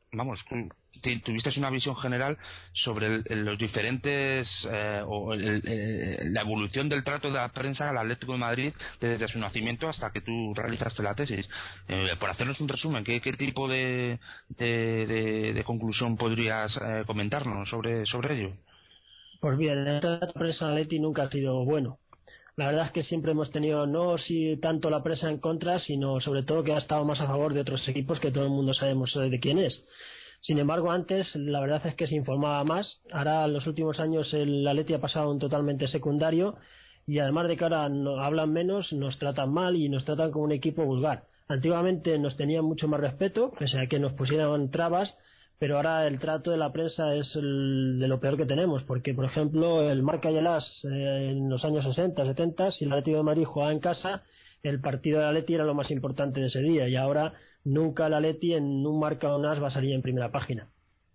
vamos, tuviste una visión general sobre el, el, los diferentes eh, o el, el, la evolución del trato de la prensa al Atlético de Madrid desde su nacimiento hasta que tú realizaste la tesis. Eh, por hacernos un resumen, ¿qué, qué tipo de, de, de, de conclusión podrías eh, comentarnos sobre, sobre ello? Pues bien, el trato de la prensa al Atleti nunca ha sido bueno. La verdad es que siempre hemos tenido no si tanto la prensa en contra, sino sobre todo que ha estado más a favor de otros equipos que todo el mundo sabemos de quién es. Sin embargo, antes la verdad es que se informaba más. Ahora, en los últimos años, el Atleti ha pasado a un totalmente secundario y además de que ahora no, hablan menos, nos tratan mal y nos tratan como un equipo vulgar. Antiguamente nos tenían mucho más respeto, pese a que nos pusieran trabas, pero ahora el trato de la prensa es el, de lo peor que tenemos, porque por ejemplo el Marca y el As eh, en los años sesenta, setenta, si el Atlético de Madrid jugaba en casa, el partido del Atleti era lo más importante de ese día, y ahora nunca el Atleti en un Marca o un As va a salir en primera página.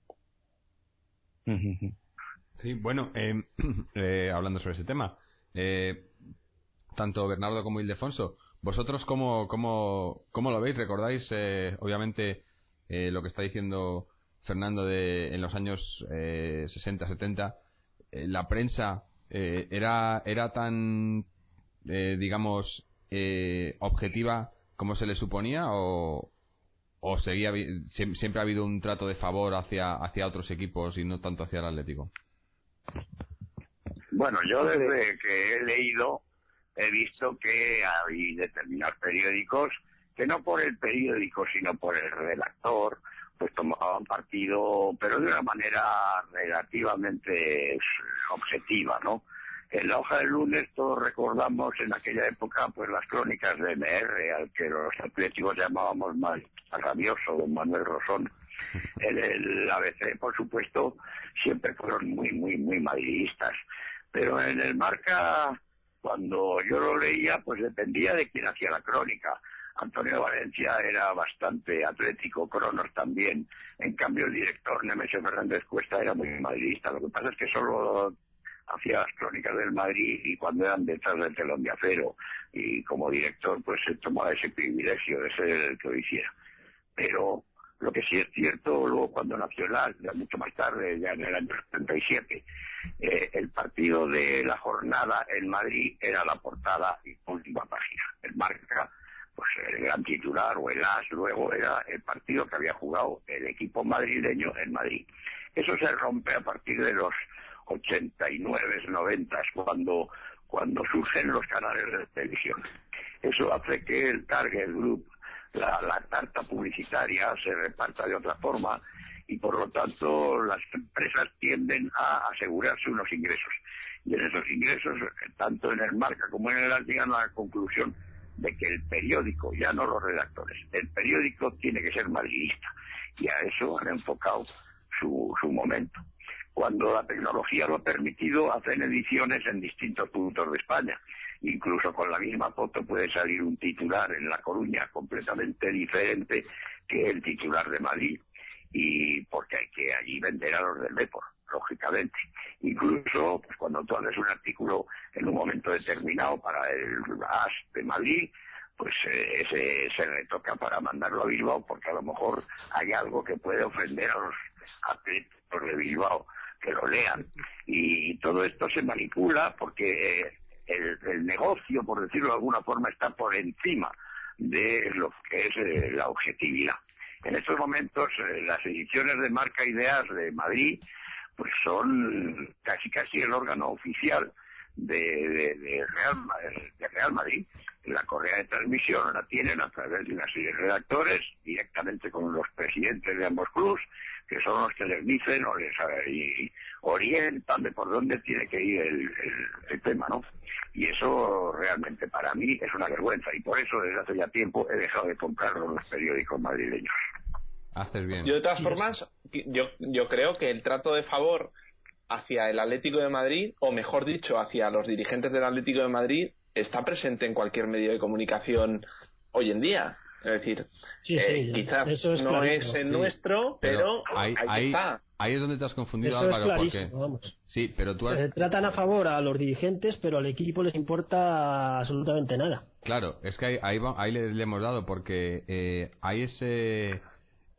Sí, bueno, eh, eh, hablando sobre ese tema, eh, tanto Bernardo como Ildefonso, vosotros cómo, cómo, cómo lo veis. ¿Recordáis eh, obviamente eh, lo que está diciendo Fernando de en los años eh, sesenta, setenta, eh, la prensa eh, era era tan eh, digamos eh, objetiva como se le suponía, o, o seguía siempre ha habido un trato de favor hacia hacia otros equipos y no tanto hacia el Atlético? Bueno, yo desde que he leído he visto que hay determinados periódicos que no por el periódico sino por el redactor pues tomaban partido, pero de una manera relativamente objetiva, ¿no? En la hoja del lunes todos recordamos en aquella época pues las crónicas de M R, al que los atléticos llamábamos más rabioso, don Manuel Rosón. En el A B C, por supuesto, siempre fueron muy, muy, muy madridistas. Pero en el Marca, cuando yo lo leía, pues dependía de quién hacía la crónica. Antonio Valencia era bastante atlético, Cronos también. En cambio, el director Nemesio Fernández Cuesta era muy madridista. Lo que pasa es que solo hacía las crónicas del Madrid y cuando eran detrás del telón de acero. Y como director, pues se tomaba ese privilegio de ser el que lo hiciera. Pero lo que sí es cierto, luego cuando nació el A S, ya mucho más tarde, ya en el año setenta y siete, eh, el partido de la jornada en Madrid era la portada y última página. El Marca, pues el gran titular, o el A S luego era el partido que había jugado el equipo madrileño en Madrid. Eso se rompe a partir de los ochenta y nueve, noventa, cuando, cuando surgen los canales de televisión. Eso hace que el target group, la, la tarta publicitaria, se reparta de otra forma y por lo tanto las empresas tienden a asegurarse unos ingresos. Y en esos ingresos, tanto en el Marca como en el A S, llegan a la conclusión de que el periódico, ya no los redactores, el periódico tiene que ser madridista, y a eso han enfocado su, su momento. Cuando la tecnología lo ha permitido, hacen ediciones en distintos puntos de España. Incluso con la misma foto puede salir un titular en La Coruña completamente diferente que el titular de Madrid, y porque hay que allí vender a los del Depor, lógicamente. Incluso pues, cuando tú haces un artículo en un momento determinado para el A S de Madrid, pues eh, ese se retoca para mandarlo a Bilbao, porque a lo mejor hay algo que puede ofender a los atletas de Bilbao que lo lean. Y todo esto se manipula porque eh, el, el negocio, por decirlo de alguna forma, está por encima de lo que es eh, la objetividad. En estos momentos, eh, las ediciones de Marca y de A S de Madrid pues son casi casi el órgano oficial de, de, de, Real, de Real Madrid. La correa de transmisión la tienen a través de una serie de redactores, directamente con los presidentes de ambos clubes, que son los que les dicen o les y, orientan de por dónde tiene que ir el, el, el tema, ¿no? Y eso realmente para mí es una vergüenza, y por eso desde hace ya tiempo he dejado de comprar los periódicos madrileños. Haces bien. Yo de todas formas, yo, yo creo que el trato de favor hacia el Atlético de Madrid, o mejor dicho, hacia los dirigentes del Atlético de Madrid, está presente en cualquier medio de comunicación hoy en día. Es decir, sí, eh, sí, quizás eso es no clarísimo. es el Sí, nuestro, pero, pero ahí, ahí, ahí está. Ahí es donde te has confundido, eso Álvaro, es clarísimo, porque vamos. sí, pero tú has... eh, tratan a favor a los dirigentes, pero al equipo les importa absolutamente nada. Claro, es que ahí, ahí, va, ahí le, le hemos dado, porque eh, hay ese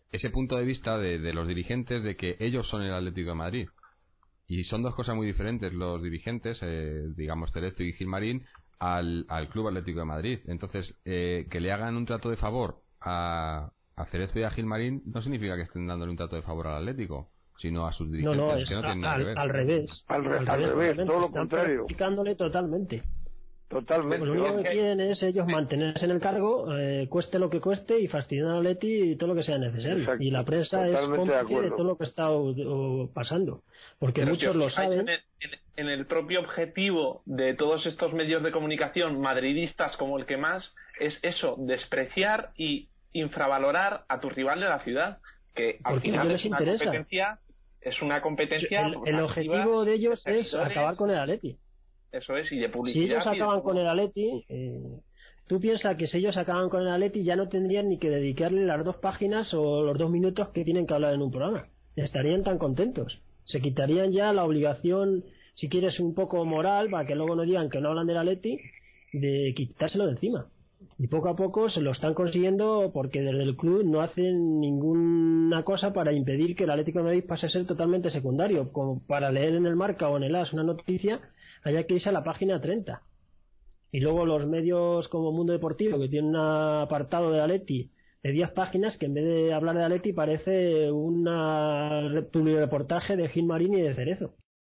ese punto de vista de, de los dirigentes de que ellos son el Atlético de Madrid. Y son dos cosas muy diferentes los dirigentes, eh, digamos Cerezo y Gilmarín, al, al Club Atlético de Madrid. Entonces, eh, que le hagan un trato de favor a, a Cerezo y a Gilmarín no significa que estén dándole un trato de favor al Atlético, sino a sus dirigentes, no, no, es que no tienen nada al, que ver. al revés. Al, re, al al revés, revés, todo lo están contrario. perjudicándole totalmente. Totalmente. Pues lo único que quieren es ellos mantenerse en el cargo, eh, cueste lo que cueste, y fastidiar a Leti y todo lo que sea necesario. Exacto. Y la prensa es Totalmente de cómplice de, acuerdo. todo lo que está o, o pasando. Porque Pero muchos si lo os fijáis saben. En el, en, en el propio objetivo de todos estos medios de comunicación madridistas como el que más, es eso, despreciar y infravalorar a tu rival de la ciudad. Que al Porque final no es les una interesa. competencia, es una competencia. El, el objetivo de ellos de es acabar con el Atleti. Eso es, y de publicidad. Si ellos acaban de... con el Atleti, eh, tú piensas que si ellos acaban con el Atleti ya no tendrían ni que dedicarle las dos páginas o los dos minutos que tienen que hablar en un programa. Estarían tan contentos. Se quitarían ya la obligación, si quieres un poco moral, para que luego no digan que no hablan del Atleti, de quitárselo de encima. Y poco a poco se lo están consiguiendo, porque desde el club no hacen ninguna cosa para impedir que el Atlético de Madrid pase a ser totalmente secundario. Como para leer en el Marca o en el A S una noticia, haya que irse a la página treinta. Y luego los medios como Mundo Deportivo, que tiene un apartado de Atleti de diez páginas, que en vez de hablar de Atleti parece una publireportaje de Gilmarín y de Cerezo.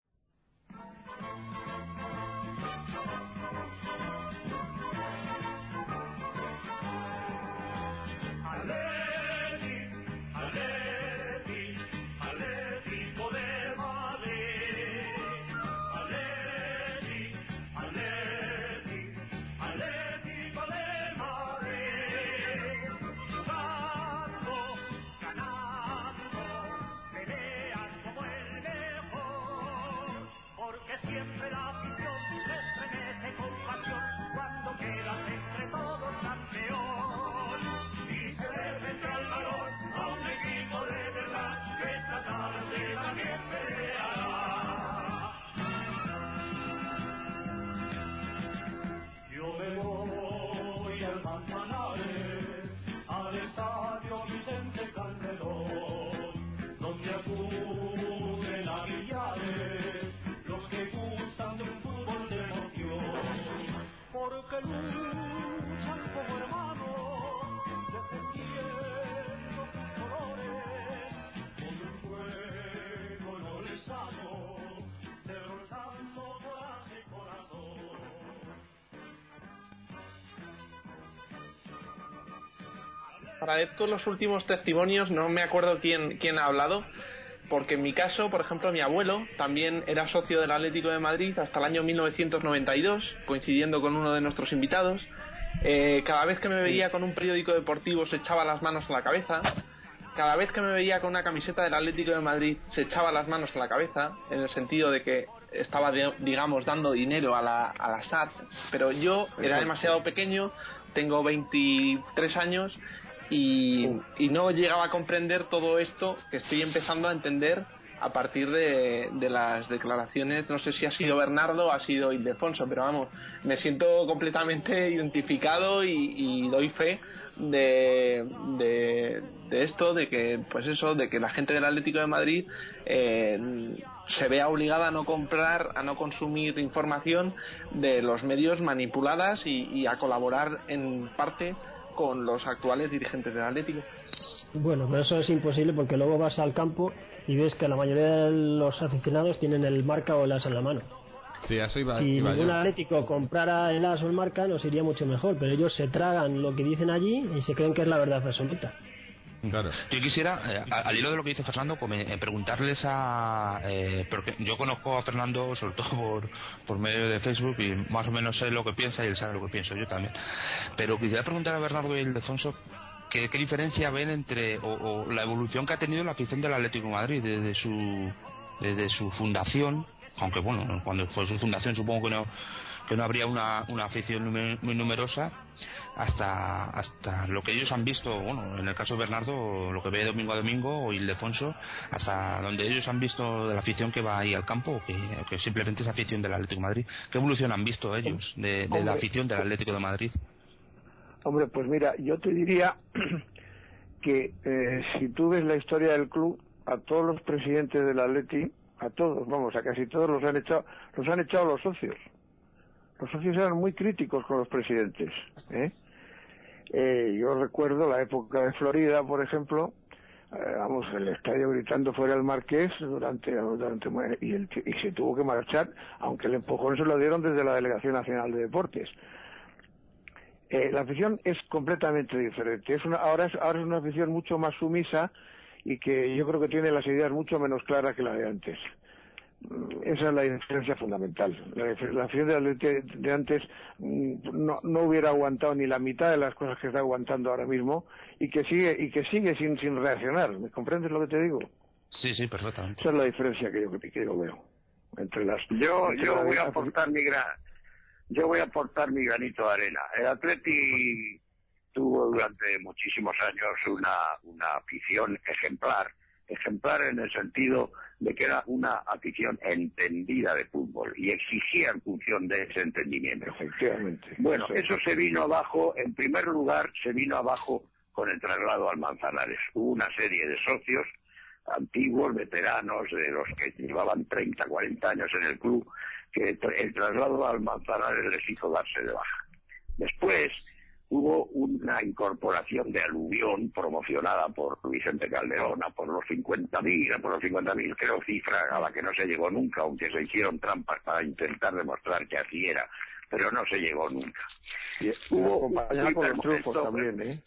Agradezco los últimos testimonios, no me acuerdo quién, quién ha hablado, porque en mi caso, por ejemplo, mi abuelo también era socio del Atlético de Madrid hasta el año mil novecientos noventa y dos, coincidiendo con uno de nuestros invitados. Eh, cada vez que me veía con un periódico deportivo se echaba las manos a la cabeza. Cada vez que me veía con una camiseta del Atlético de Madrid se echaba las manos a la cabeza, en el sentido de que estaba, de, digamos, dando dinero a la, a la S A T, pero yo era demasiado pequeño, tengo veintitrés años, y, y no llegaba a comprender todo esto que estoy empezando a entender a partir de, de las declaraciones. No sé si ha sido Bernardo o ha sido Ildefonso, pero vamos, me siento completamente identificado y, y doy fe de, de, de esto, de que, pues eso, de que la gente del Atlético de Madrid eh, se vea obligada a no comprar, a no consumir información de los medios manipuladas y, y a colaborar en parte con los actuales dirigentes del Atlético. Bueno, pero eso es imposible, porque luego vas al campo y ves que la mayoría de los aficionados tienen el Marca o el A S en la mano. Sí, eso iba, si iba ningún yo. Atlético comprara el A S o el Marca, nos iría mucho mejor, pero ellos se tragan lo que dicen allí y se creen que es la verdad absoluta. Claro. Yo quisiera, eh, al hilo de lo que dice Fernando, pues, eh, preguntarles a... Eh, porque yo conozco a Fernando sobre todo por, por medio de Facebook y más o menos sé lo que piensa y él sabe lo que pienso yo también. Pero quisiera preguntar a Bernardo y Ildefonso ¿qué, qué diferencia ven entre o, o la evolución que ha tenido la afición del Atlético de Madrid desde su, desde su fundación, aunque bueno, cuando fue su fundación supongo que no que no habría una, una afición muy numerosa, hasta hasta lo que ellos han visto, bueno, en el caso de Bernardo, lo que ve domingo a domingo, o Ildefonso, hasta donde ellos han visto de la afición que va ahí al campo, o que, o que simplemente es afición del Atlético de Madrid. ¿Qué evolución han visto ellos de, de la afición del Atlético de Madrid? Hombre, pues mira, yo te diría que eh, si tú ves la historia del club, a todos los presidentes del Atleti, a todos, vamos, a casi todos los han echado, los han echado los socios. Los socios eran muy críticos con los presidentes, ¿eh? Eh, yo recuerdo la época de Florida, por ejemplo, eh, vamos, el estadio gritando fuera el Marqués durante, durante y, el, y se tuvo que marchar, aunque el empujón se lo dieron desde la Delegación Nacional de Deportes. Eh, la afición es completamente diferente. Es una, ahora, es, ahora es una afición mucho más sumisa y que yo creo que tiene las ideas mucho menos claras que la de antes. Esa es la diferencia fundamental. La, la afición de, de antes no, no hubiera aguantado ni la mitad de las cosas que está aguantando ahora mismo y que sigue y que sigue sin sin reaccionar. ¿Me comprendes lo que te digo? Sí, sí, perfectamente. Esa es la diferencia que yo, que yo veo entre las. Yo entre yo la, voy a aportar mi gran, yo voy a aportar mi granito de arena. El Atleti tuvo durante muchísimos años una una afición ejemplar. Ejemplar en el sentido de que era una afición entendida de fútbol y exigía en función de ese entendimiento. Efectivamente. Bueno, eso se vino abajo, en primer lugar, se vino abajo con el traslado al Manzanares. Hubo una serie de socios antiguos, veteranos, de los que llevaban treinta, cuarenta años en el club, que el traslado al Manzanares les hizo darse de baja. Después hubo una incorporación de aluvión promocionada por Vicente Calderón, a por los cincuenta mil, a por los cincuenta mil, creo cifra a la que no se llegó nunca, aunque se hicieron trampas para intentar demostrar que así era, pero no se llegó nunca. Y hubo un primer con los triunfos momento, también, ¿eh?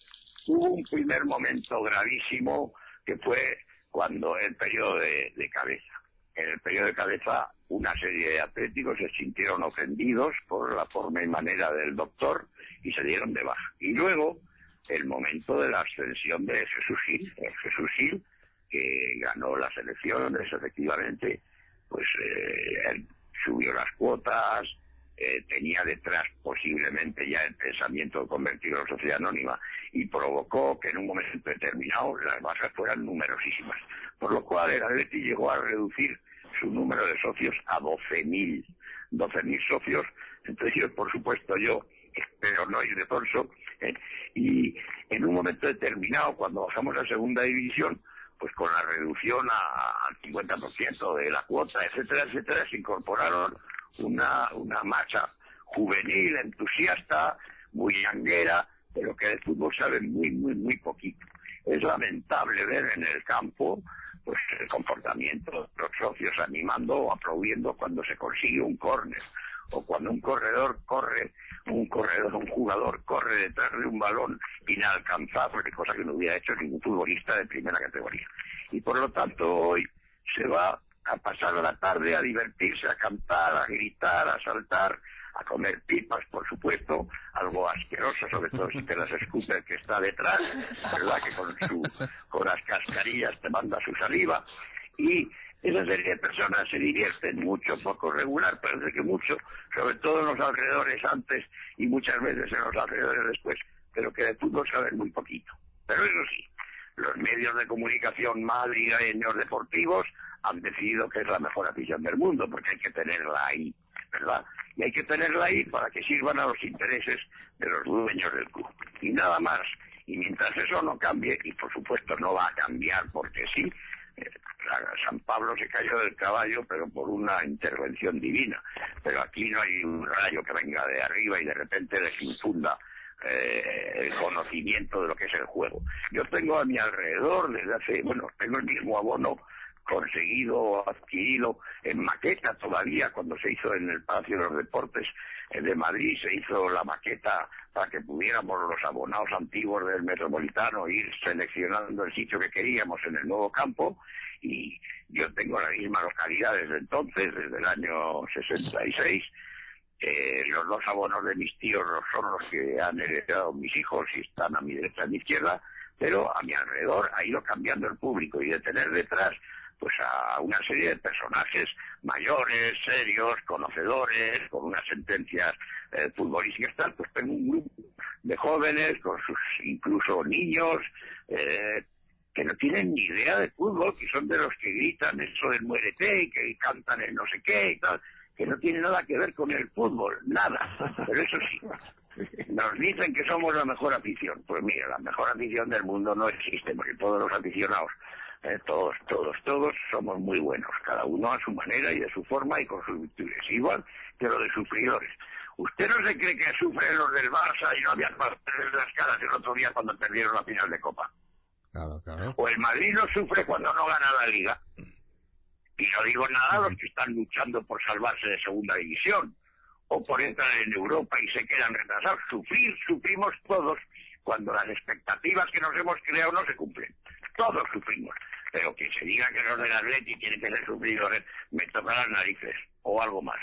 Hubo un primer momento gravísimo que fue cuando el periodo de, de cabeza. En el periodo de cabeza, una serie de atléticos se sintieron ofendidos por la forma y manera del doctor y se dieron de baja. Y luego, el momento de la ascensión de Jesús Gil, eh, Jesús Gil, que ganó las elecciones, efectivamente, pues eh, él subió las cuotas, eh, tenía detrás posiblemente ya el pensamiento de convertirlo en sociedad anónima y provocó que en un momento determinado las bajas fueran numerosísimas. Por lo cual el Atleti llegó a reducir su número de socios a doce mil. doce mil socios, entre ellos, por supuesto, yo, espero no ir de torso, ¿eh? Y en un momento determinado, cuando bajamos a segunda división, pues con la reducción a, al cincuenta por ciento de la cuota, etcétera, etcétera, se incorporaron una, una masa juvenil, entusiasta, muy yanguera, pero que de fútbol saben muy, muy, muy poquito. Es lamentable ver en el campo pues el comportamiento de los socios animando o aplaudiendo cuando se consigue un córner o cuando un corredor corre, un corredor, un jugador corre detrás de un balón inalcanzable, cosa que no hubiera hecho ningún futbolista de primera categoría. Y por lo tanto hoy se va a pasar la tarde a divertirse, a cantar, a gritar, a saltar, a comer pipas, por supuesto, algo asqueroso, sobre todo si te las escupe el que está detrás, ¿verdad? Que con, su, con las cascarillas te manda su saliva. Y esa serie de personas se divierten mucho, poco regular, parece que mucho, sobre todo en los alrededores antes y muchas veces en los alrededores después, pero que de fútbol saben muy poquito. Pero eso sí, los medios de comunicación madrileños deportivos han decidido que es la mejor afición del mundo, porque hay que tenerla ahí, ¿verdad? Y hay que tenerla ahí para que sirvan a los intereses de los dueños del club. Y nada más. Y mientras eso no cambie, y por supuesto no va a cambiar porque sí, eh, San Pablo se cayó del caballo, pero por una intervención divina. Pero aquí no hay un rayo que venga de arriba y de repente les infunda eh, el conocimiento de lo que es el juego. Yo tengo a mi alrededor desde hace, bueno, tengo el mismo abono conseguido, adquirido en maqueta todavía, cuando se hizo en el Palacio de los Deportes de Madrid, se hizo la maqueta para que pudiéramos los abonados antiguos del Metropolitano ir seleccionando el sitio que queríamos en el nuevo campo, y yo tengo la misma localidad desde entonces, desde el año sesenta y seis. Eh, los dos abonos de mis tíos son los que han heredado mis hijos y están a mi derecha y a mi izquierda, pero a mi alrededor ha ido cambiando el público, y de tener detrás pues a una serie de personajes mayores, serios, conocedores, con unas sentencias eh, futbolísticas tal, pues tengo un grupo de jóvenes, con sus incluso niños, eh, que no tienen ni idea de fútbol, que son de los que gritan eso del muérete y que cantan el no sé qué y tal, que no tiene nada que ver con el fútbol, nada. Pero eso sí, Nos dicen que somos la mejor afición. Pues mira, la mejor afición del mundo no existe, porque todos los aficionados, eh, todos, todos, todos somos muy buenos, cada uno a su manera y de su forma y con sus virtudes, igual que los de sufridores. ¿Usted no se cree que sufren los del Barça y no habían en las caras el otro día cuando perdieron la final de Copa? Claro, claro. O el Madrid no sufre cuando no gana la Liga. Y no digo nada a los que están luchando por salvarse de segunda división o por entrar en Europa y se quedan retrasados. Sufrir, sufrimos todos cuando las expectativas que nos hemos creado no se cumplen. Todos sufrimos. Pero que se diga que los del Atleti tienen que ser sufridores, me toca las narices o algo más.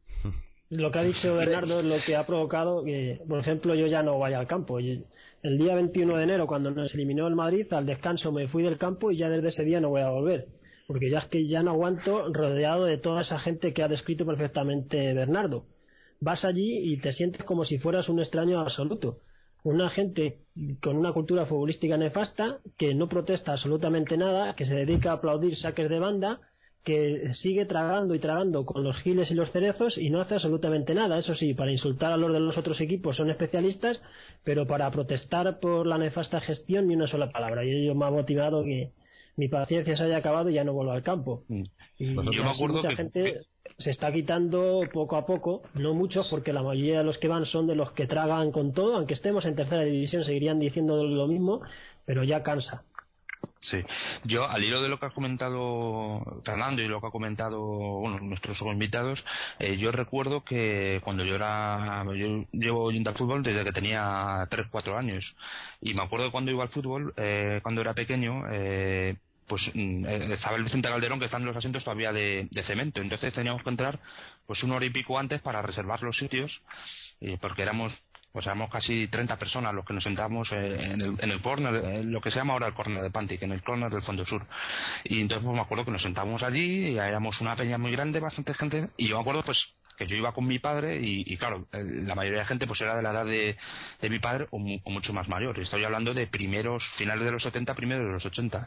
Lo que ha dicho Bernardo es lo que ha provocado que, por ejemplo, yo ya no vaya al campo. El día veintiuno de enero, cuando nos eliminó el Madrid, al descanso me fui del campo y ya desde ese día no voy a volver. Porque ya es que ya no aguanto rodeado de toda esa gente que ha descrito perfectamente Bernardo. Vas allí y te sientes como si fueras un extraño absoluto. Una gente con una cultura futbolística nefasta, que no protesta absolutamente nada, que se dedica a aplaudir saques de banda, que sigue tragando y tragando con los giles y los cerezos y no hace absolutamente nada. Eso sí, para insultar a los de los otros equipos son especialistas, pero para protestar por la nefasta gestión ni una sola palabra. Y ello me ha motivado que mi paciencia se haya acabado y ya no vuelvo al campo. Y yo me acuerdo mucha que gente se está quitando poco a poco, no muchos, porque la mayoría de los que van son de los que tragan con todo. Aunque estemos en tercera división seguirían diciendo lo mismo, pero ya cansa. Sí, yo al hilo de lo que ha comentado Fernando y lo que ha comentado bueno, nuestros invitados, eh, yo recuerdo que cuando yo era, yo llevo yendo al fútbol desde que tenía tres cuatro años, y me acuerdo que cuando iba al fútbol, eh, cuando era pequeño, eh, pues eh, estaba el Vicente Calderón, que están los asientos todavía de, de cemento, entonces teníamos que entrar pues una hora y pico antes para reservar los sitios, eh, porque éramos pues éramos casi treinta personas los que nos sentábamos eh, en el, en el córner, eh, lo que se llama ahora el córner de Pantic, en el córner del Fondo Sur. Y entonces pues me acuerdo que nos sentábamos allí y éramos una peña muy grande, bastante gente, y yo me acuerdo pues que yo iba con mi padre y, y claro, la mayoría de gente pues era de la edad de, de mi padre o, mu, o mucho más mayor. Estoy hablando de primeros, finales de los setenta, primeros de los ochenta.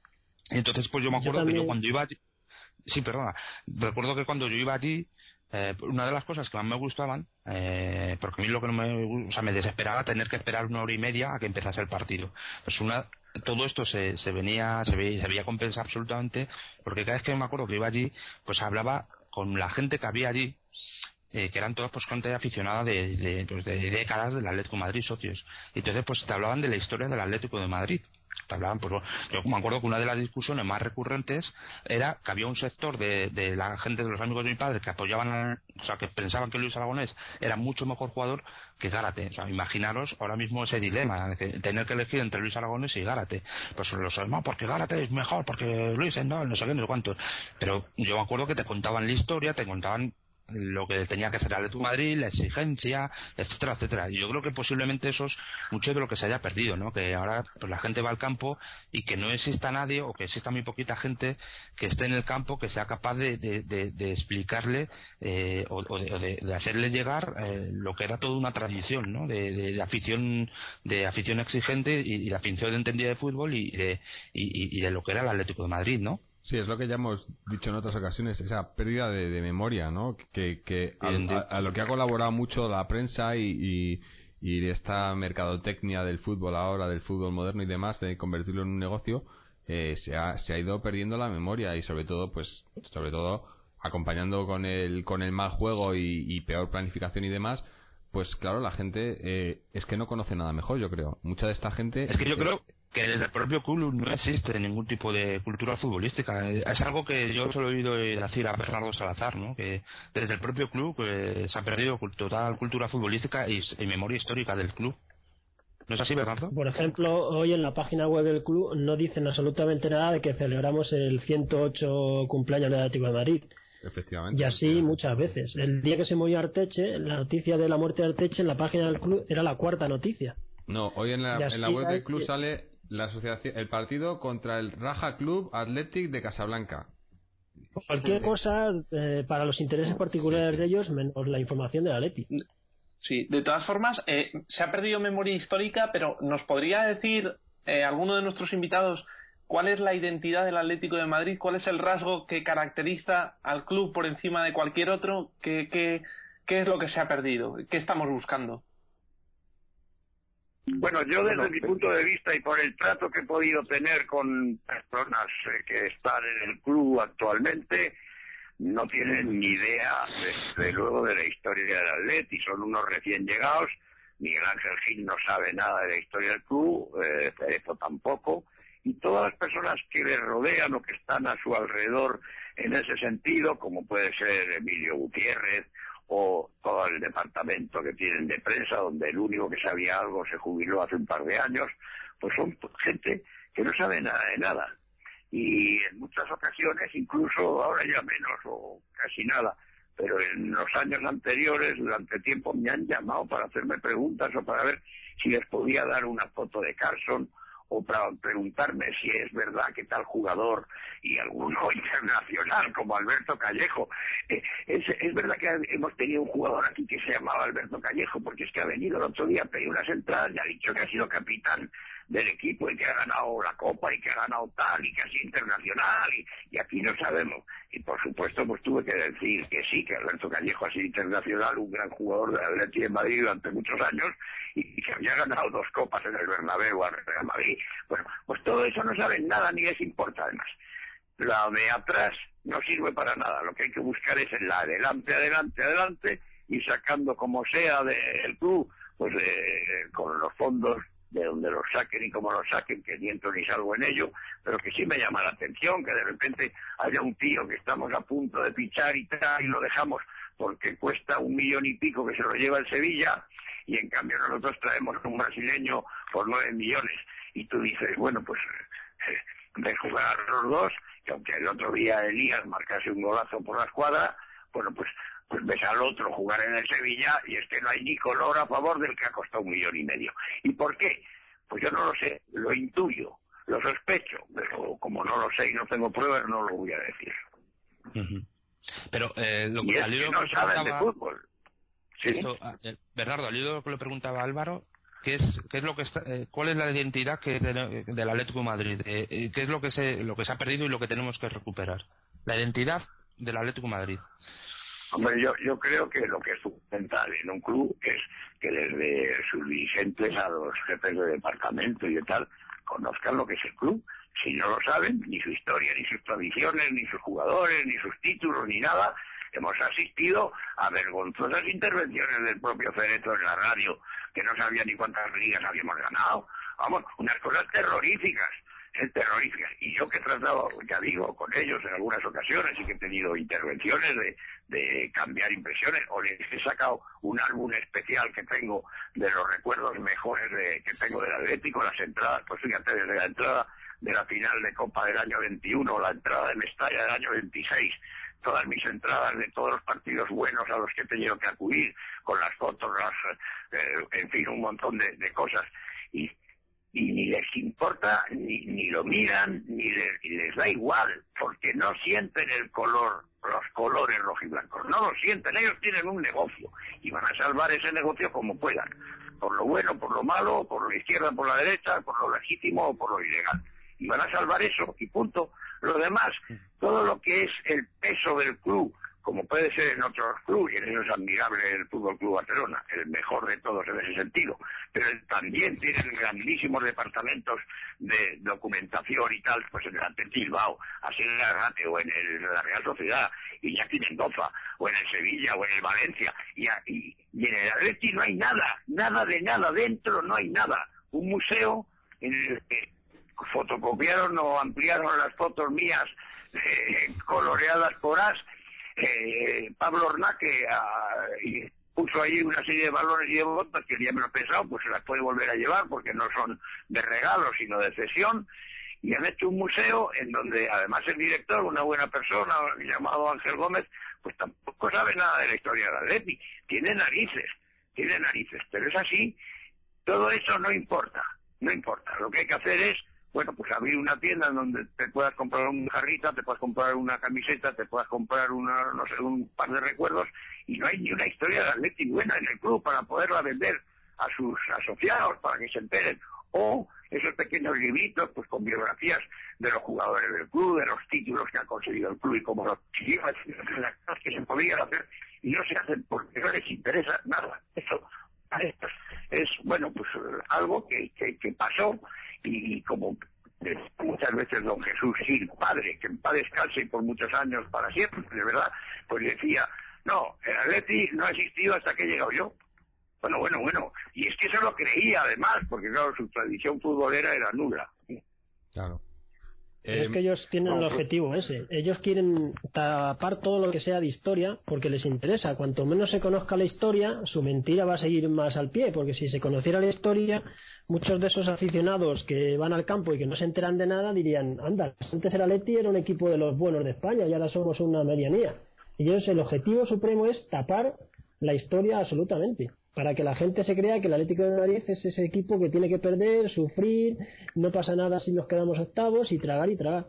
Y entonces pues yo me acuerdo yo que yo cuando iba allí, sí, perdona, recuerdo que cuando yo iba allí, Eh, una de las cosas que más me gustaban, eh, porque a mí lo que no me, o sea, me desesperaba tener que esperar una hora y media a que empezase el partido. Pues una, todo esto se, se venía, se veía, se veía compensar absolutamente, porque cada vez que me acuerdo que iba allí, pues hablaba con la gente que había allí, eh, que eran todos pues gente aficionada de, de, pues, de décadas del Atlético de Madrid, socios. Y entonces pues te hablaban de la historia del Atlético de Madrid. Te hablaban, pues yo me acuerdo que una de las discusiones más recurrentes era que había un sector de, de la gente, de los amigos de mi padre, que apoyaban a, o sea, que pensaban que Luis Aragonés era mucho mejor jugador que Gárate. O sea, imaginaros ahora mismo ese dilema, que tener que elegir entre Luis Aragonés y Gárate. Pues los demás, porque Gárate es mejor, porque Luis no, no sé qué, no sé cuánto. Pero yo me acuerdo que te contaban la historia, te contaban lo que tenía que hacer el Atlético de Madrid, la exigencia, etcétera, etcétera. Y yo creo que posiblemente eso es mucho de lo que se haya perdido, ¿no? Que ahora pues la gente va al campo y que no exista nadie o que exista muy poquita gente que esté en el campo que sea capaz de, de, de, de explicarle eh, o, o, de, o de, de hacerle llegar eh, lo que era toda una tradición, ¿no? De, de, de afición de afición exigente y, y de afición entendida de fútbol y de, y, y de lo que era el Atlético de Madrid, ¿no? Sí, es lo que ya hemos dicho en otras ocasiones, esa pérdida de, de memoria, ¿no? Que, que a, a, a lo que ha colaborado mucho la prensa y, y, y esta mercadotecnia del fútbol ahora, del fútbol moderno y demás, de convertirlo en un negocio, eh, se, ha, se ha ido perdiendo la memoria y sobre todo, pues, sobre todo acompañando con el, con el mal juego y, y peor planificación y demás, pues claro, la gente eh, es que no conoce nada mejor, yo creo. Mucha de esta gente... Es que yo eh, creo que desde el propio club no existe ningún tipo de cultura futbolística. Es algo que yo solo he oído decir a Bernardo Salazar, ¿no? Que desde el propio club eh, se ha perdido total cultura futbolística y, y memoria histórica del club. ¿No es así, Bernardo? Por ejemplo, hoy en la página web del club no dicen absolutamente nada de que celebramos el ciento ocho cumpleaños del Atlético de Madrid. Efectivamente. Y así muchas veces. El día que se murió Arteche, la noticia de la muerte de Arteche en la página del club era la cuarta noticia. No, hoy en la, en la web del club sale la asociación, el partido contra el Raja Club Athletic de Casablanca. Cualquier cosa eh, para los intereses particulares sí, sí. de ellos, menos la información del Athletic. Sí, de todas formas, eh, se ha perdido memoria histórica, pero ¿nos podría decir eh, alguno de nuestros invitados cuál es la identidad del Atlético de Madrid? ¿Cuál es el rasgo que caracteriza al club por encima de cualquier otro? ¿Qué, qué, qué es lo que se ha perdido? ¿Qué estamos buscando? Bueno, yo desde mi punto de vista y por el trato que he podido tener con personas eh, que están en el club actualmente, no tienen ni idea, desde luego, de la historia del Atleti, son unos recién llegados. Miguel Ángel Gil no sabe nada de la historia del club, eh, Cerezo tampoco, y todas las personas que le rodean o que están a su alrededor en ese sentido, como puede ser Emilio Gutiérrez o todo el departamento que tienen de prensa, donde el único que sabía algo se jubiló hace un par de años, pues son gente que no sabe nada de nada. Y en muchas ocasiones, incluso ahora ya menos o casi nada, pero en los años anteriores, durante tiempo, me han llamado para hacerme preguntas o para ver si les podía dar una foto de Carson o para preguntarme si es verdad que tal jugador y alguno internacional como Alberto Callejo. Eh, es, es verdad que hemos tenido un jugador aquí que se llamaba Alberto Callejo, porque es que ha venido el otro día a pedir unas entradas y ha dicho que ha sido capitán del equipo y que ha ganado la Copa y que ha ganado tal y que ha sido internacional y, y aquí no sabemos. Y por supuesto pues tuve que decir que sí, que Alberto Callejo ha sido internacional, un gran jugador del Atleti de Madrid durante muchos años y, y que había ganado dos Copas en el Bernabéu al Real Madrid. Bueno, pues todo eso no saben nada ni les importa además. La de atrás no sirve para nada, lo que hay que buscar es en la adelante, adelante, adelante y sacando como sea del club, pues eh, con los fondos de donde los saquen y como los saquen, que ni entro ni salgo en ello, pero que sí me llama la atención que de repente haya un tío que estamos a punto de fichar y tal y lo dejamos porque cuesta un millón y pico que se lo lleva el Sevilla y en cambio nosotros traemos un brasileño por nueve millones y tú dices, bueno, pues de jugar a los dos, que aunque el otro día Elías marcase un golazo por la escuadra, bueno, pues pues ves al otro jugar en el Sevilla y es que no hay ni color a favor del que ha costado un millón y medio. ¿Y por qué? Pues yo no lo sé, lo intuyo, lo sospecho, pero como no lo sé y no tengo pruebas, no lo voy a decir. Uh-huh. Pero, eh, lo y es al que hilo no que saben preguntaba, de fútbol. ¿Sí? Esto, eh, Bernardo, al hilo que le preguntaba a Álvaro, ¿qué es, qué es lo que está, eh, cuál es la identidad que de, del Atlético de Madrid? Eh, ¿Qué es lo que se, lo que se ha perdido y lo que tenemos que recuperar? La identidad del Atlético de Madrid. Hombre, yo, yo creo que lo que es fundamental en un club es que desde sus dirigentes a los jefes de departamento y de tal, conozcan lo que es el club. Si no lo saben, ni su historia, ni sus tradiciones, ni sus jugadores, ni sus títulos, ni nada, hemos asistido a vergonzosas intervenciones del propio Cerezo en la radio, que no sabía ni cuántas ligas habíamos ganado. Vamos, unas cosas terroríficas. Es terrorífica. Y yo que he tratado, ya digo, con ellos en algunas ocasiones y que he tenido intervenciones de, de cambiar impresiones, o les he sacado un álbum especial que tengo de los recuerdos mejores de, que tengo del Atlético, las entradas, pues fíjate, desde la entrada de la final de Copa del año veintiuno, la entrada de Mestalla del año veintiséis, todas mis entradas de todos los partidos buenos a los que he tenido que acudir, con las fotos, las, eh, en fin, un montón de, de cosas. Y y ni les importa, ni, ni lo miran, ni les, ni les da igual, porque no sienten el color, los colores rojiblancos, no lo sienten, ellos tienen un negocio, y van a salvar ese negocio como puedan, por lo bueno, por lo malo, por la izquierda, por la derecha, por lo legítimo o por lo ilegal, y van a salvar eso, y punto. Lo demás, todo lo que es el peso del club, como puede ser en otros clubes, y en eso es admirable el Fútbol Club Barcelona, el mejor de todos en ese sentido, pero también tienen grandísimos departamentos de documentación y tal, pues en el Athletic Bilbao, así en el Arrate o en el, la Real Sociedad, Iñaki Mendoza, o en el Sevilla o en el Valencia, y, y, y en el Athletic no hay nada, nada de nada, dentro no hay nada, un museo en el que fotocopiaron o ampliaron las fotos mías eh, coloreadas por As. Eh, Pablo Ornaque uh, y puso ahí una serie de balones y de botas que ya me lo he pensado, pues se las puede volver a llevar porque no son de regalo sino de cesión, y han hecho un museo en donde además el director, una buena persona llamado Ángel Gómez, pues tampoco sabe nada de la historia del Atleti, tiene narices, tiene narices, pero es así. Todo eso no importa, no importa, lo que hay que hacer es, bueno, pues abrir una tienda en donde te puedas comprar una jarrita, te puedas comprar una camiseta, te puedas comprar una, no sé, un par de recuerdos, y no hay ni una historia de Atleti buena en el club para poderla vender a sus asociados, para que se enteren, o esos pequeños libritos, pues con biografías de los jugadores del club, de los títulos que ha conseguido el club y cómo los consiguió, las cosas que se podrían hacer, y no se hacen porque no les interesa nada. Eso, a estos es bueno, pues algo que, que, que pasó, y, y como muchas veces don Jesús Gil, padre, que en paz descanse por muchos años para siempre, de verdad, pues decía, no, el Atleti no ha existido hasta que he llegado yo. Bueno, bueno, bueno, y es que eso lo creía además, porque claro, su tradición futbolera era nula. Claro. Pero eh, es que ellos tienen el objetivo ese. Ellos quieren tapar todo lo que sea de historia porque les interesa. Cuanto menos se conozca la historia, su mentira va a seguir más al pie, porque si se conociera la historia, muchos de esos aficionados que van al campo y que no se enteran de nada dirían, anda, antes el Atleti era un equipo de los buenos de España y ahora somos una medianía. Y ellos, el objetivo supremo es tapar la historia absolutamente, para que la gente se crea que el Atlético de Madrid es ese equipo que tiene que perder, sufrir, no pasa nada si nos quedamos octavos, y tragar y tragar.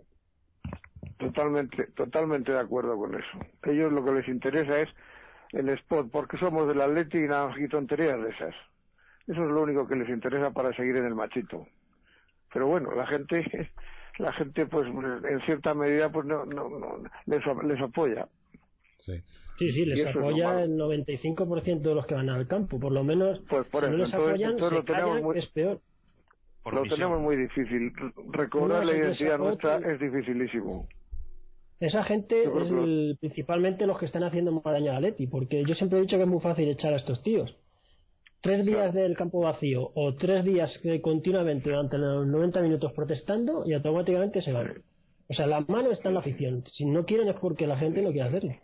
Totalmente, totalmente de acuerdo con eso. Ellos lo que les interesa es el spot, porque somos del Atlético y nada más y tonterías de esas. Eso es lo único que les interesa para seguir en el machito. Pero bueno, la gente, la gente pues en cierta medida pues no, no, no les, les apoya. Sí. Sí, sí, les apoya el noventa y cinco por ciento de los que van al campo, por lo menos. Pues por si eso, no les entonces, apoyan, entonces se lo tenemos callan, muy, es peor. Lo tenemos muy difícil. Recobrar la identidad nuestra es dificilísimo. Esa gente es el, principalmente los que están haciendo más daño al Atleti, porque yo siempre he dicho que es muy fácil echar a estos tíos. Tres días del campo vacío o tres días continuamente durante los noventa minutos protestando y automáticamente se van. O sea, la mano está en la afición. Si no quieren es porque la gente no quiere hacerlo.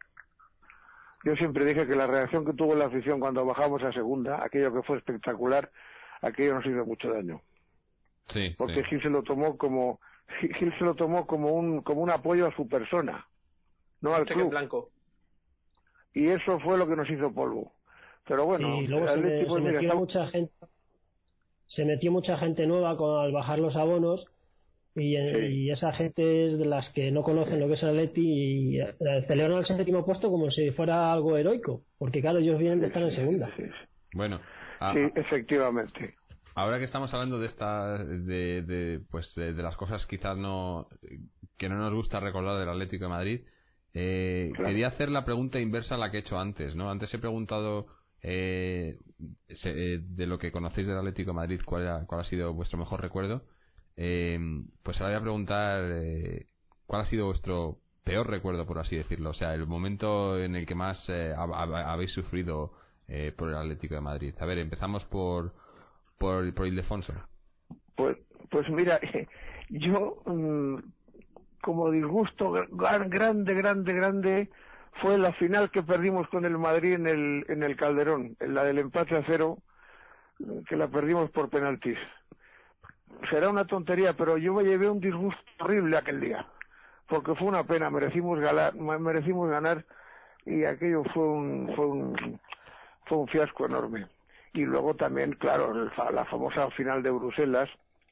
Yo siempre dije que la reacción que tuvo la afición cuando bajamos a segunda, aquello que fue espectacular, aquello nos hizo mucho daño. Sí, porque sí. Gil se lo tomó como Gil se lo tomó como un como un apoyo a su persona, no al club. Blanco. Y eso fue lo que nos hizo polvo. Pero bueno, sí, luego se, me, pues se mira, metió está... mucha gente, se metió mucha gente nueva con, al bajar los abonos. Y, sí. y esa gente es de las que no conocen sí. lo que es el Atleti y eh, celebran el séptimo puesto como si fuera algo heroico, porque claro, ellos vienen de estar sí, en segunda. Sí, sí, sí. Bueno, a, sí, efectivamente. Ahora que estamos hablando de esta, de, de pues de, de las cosas quizás no que no nos gusta recordar del Atlético de Madrid, eh, claro. Quería hacer la pregunta inversa a la que he hecho antes, ¿no? Antes he preguntado eh, se, eh, de lo que conocéis del Atlético de Madrid, cuál, era, cuál ha sido vuestro mejor recuerdo. Eh, pues ahora voy a preguntar eh, cuál ha sido vuestro peor recuerdo, por así decirlo, o sea, el momento en el que más eh, habéis sufrido eh, por el Atlético de Madrid. A ver, empezamos por por, por Ildefonso. Pues, pues mira, yo mmm, como disgusto grande, grande, grande fue la final que perdimos con el Madrid en el en el Calderón, en la del empate a cero, que la perdimos por penaltis. Será una tontería, pero yo me llevé un disgusto horrible aquel día, porque fue una pena, merecimos ganar, merecimos ganar y aquello fue un fue un fue un fiasco enorme. Y luego también, claro, la famosa final de Bruselas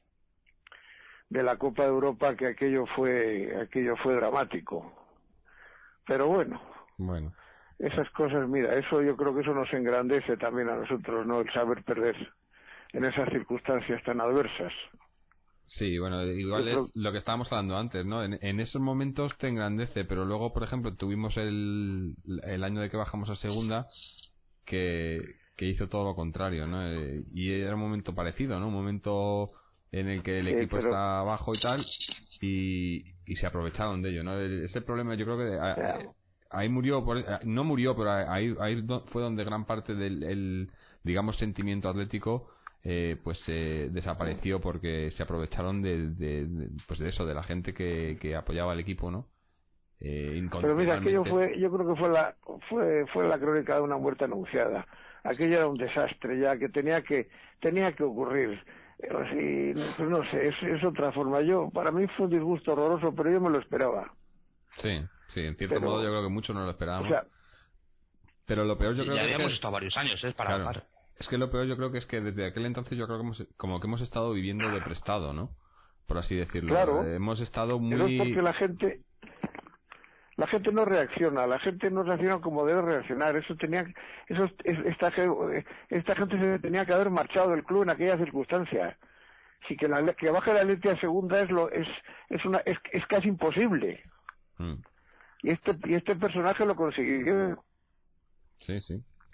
de la Copa de Europa, que aquello fue aquello fue dramático. Pero bueno, bueno, esas cosas, mira, eso yo creo que eso nos engrandece también a nosotros, ¿no? El saber perder en esas circunstancias tan adversas. Sí, bueno, igual creo... es lo que estábamos hablando antes, ¿no? En, en esos momentos te engrandece, pero luego, por ejemplo, tuvimos el, el año de que bajamos a segunda, que, que hizo todo lo contrario, ¿no? Eh, y era un momento parecido, ¿no? Un momento en el que el sí, equipo pero... está abajo y tal, y, y se aprovecharon de ello, ¿no? Ese problema yo creo que a, ahí murió, por, no murió, pero ahí, ahí fue donde gran parte del, el, digamos, sentimiento atlético eh, pues eh, desapareció, porque se aprovecharon de, de, de, pues de eso, de la gente que, que apoyaba al equipo, ¿no? Eh, pero mira, aquello fue, yo creo que fue la fue fue la crónica de una muerte anunciada. Aquello era un desastre ya que tenía que tenía que ocurrir. Así, pues no sé, es, es otra forma. Yo, para mí fue un disgusto horroroso, pero yo me lo esperaba. Sí, sí, en cierto pero, modo yo creo que muchos no lo esperábamos. O sea, pero lo peor yo y creo ya que habíamos es estado varios años, ¿eh? Para claro, bajar. Es que lo peor yo creo que es que desde aquel entonces yo creo que hemos, como que hemos estado viviendo de prestado, ¿no? Por así decirlo. Claro. Eh, hemos estado muy... Pero es porque la gente... La gente no reacciona, la gente no reacciona como debe reaccionar. Eso tenía, eso, esta, esta gente se tenía que haber marchado del club en aquellas circunstancias. Sí, que la que baje la Atleti a segunda es lo es es una es, es casi imposible. Mm. Y este y este personaje lo consiguió. Sí, sí.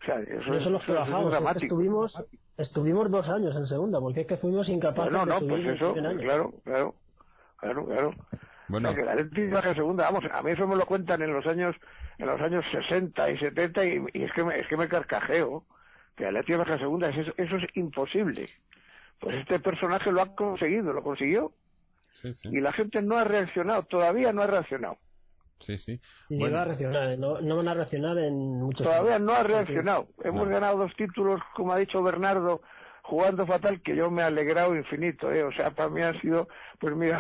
O sea, eso, eso, eso los que eso bajamos, es es que estuvimos, estuvimos dos años en segunda, porque es que fuimos incapaces no, no, de subir pues eso, en pues claro, claro, claro, claro. Bueno, o sea, que la Leti baja a segunda, vamos, a mí eso me lo cuentan en los años, en los años sesenta y setenta y, y es que me, es que me carcajeo, que la Leti baja a segunda, eso, eso es imposible. Pues este personaje lo ha conseguido, lo consiguió, sí, sí. y la gente no ha reaccionado, todavía no ha reaccionado. Sí, sí. Ni Bueno. va a reaccionar, no, no van a reaccionar en muchos Todavía años. no ha reaccionado. Hemos no. ganado dos títulos, como ha dicho Bernardo, jugando fatal, que yo me he alegrado infinito, ¿eh? O sea, para mí han sido, pues mira,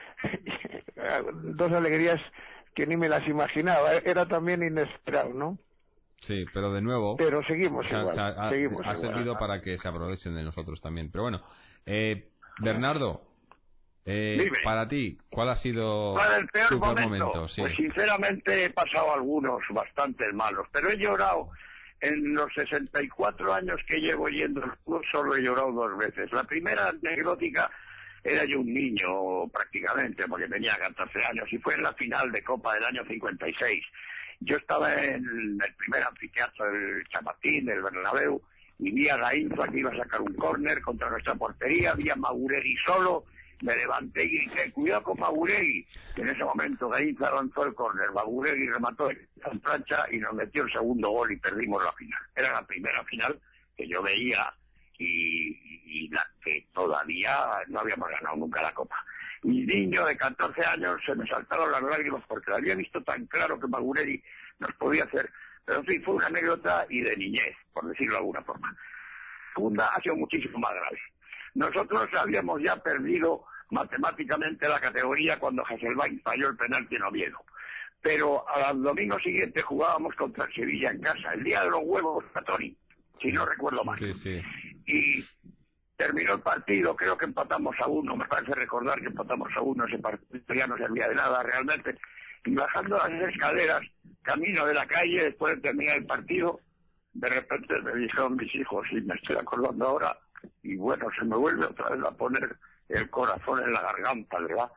dos alegrías que ni me las imaginaba. Era también inesperado, ¿no? Sí, pero de nuevo... Pero seguimos o sea, igual. o sea, ha, seguimos ha igual. servido para que se aprovechen de nosotros también. Pero bueno, eh, Bernardo, eh, para ti, ¿cuál ha sido ¿Cuál es el peor tu peor momento? momento? Sí. Pues sinceramente he pasado algunos bastante malos, pero he llorado en los sesenta y cuatro años que llevo yendo al club, solo he llorado dos veces. La primera anecdótica, era yo un niño prácticamente, porque tenía catorce años, y fue en la final de Copa del año cincuenta y seis. Yo estaba en el primer anfiteatro del Chamartín, del Bernabéu, y vi a Gainza que iba a sacar un córner contra nuestra portería, vi a Maguregui solo, me levanté y grité, cuidado con Maguregui, que en ese momento Gainza lanzó el córner, Maguregui remató en plancha y nos metió el segundo gol y perdimos la final. Era la primera final que yo veía y, y la que todavía no habíamos ganado nunca la Copa. Mi niño de catorce años se me saltaron las lágrimas porque lo había visto tan claro que Maguregui nos podía hacer. Pero en fin, fue una anécdota y de niñez, por decirlo de alguna forma. Segunda ha sido muchísimo más grave. Nosotros habíamos ya perdido matemáticamente la categoría cuando Hasselbaink falló el penalti en Oviedo. Pero al domingo siguiente jugábamos contra el Sevilla en casa, el día de los huevos, Tony, si no recuerdo mal. Sí, sí. Y terminó el partido, creo que empatamos a uno, me parece recordar que empatamos a uno, ese partido ya no servía de nada realmente. Y bajando las escaleras, camino de la calle, después de terminar el partido, de repente me dijeron mis hijos, y me estoy acordando ahora, y bueno, se me vuelve otra vez a poner el corazón en la garganta, ¿verdad?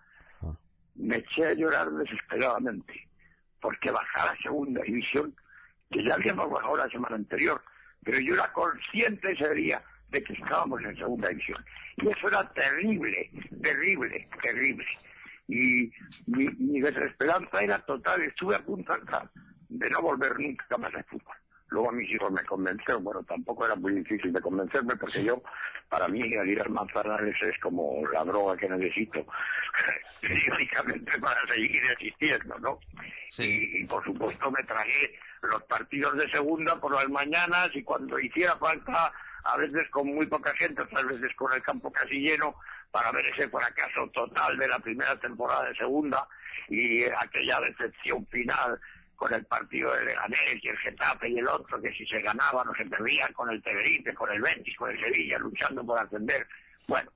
Me eché a llorar desesperadamente, porque bajar a segunda división, que ya habíamos bajado la semana anterior, pero yo era consciente ese día de que estábamos en segunda división. Y eso era terrible, terrible, terrible. Y mi, mi desesperanza era total, estuve a punto hasta de no volver nunca más al fútbol. Luego mis hijos me convencieron, bueno, tampoco era muy difícil de convencerme porque yo, para mí, el ir al Manzanares es como la droga que necesito periódicamente para seguir existiendo, ¿no? Sí. Y, y por supuesto me tragué los partidos de segunda por las mañanas y cuando hiciera falta, a veces con muy poca gente, otras veces con el campo casi lleno, para ver ese fracaso total de la primera temporada de segunda y aquella decepción final con el partido de Leganés y el Getafe y el otro, que si se ganaba no se perdía, con el Tenerife, con el Betis, con el Sevilla, luchando por ascender. Bueno,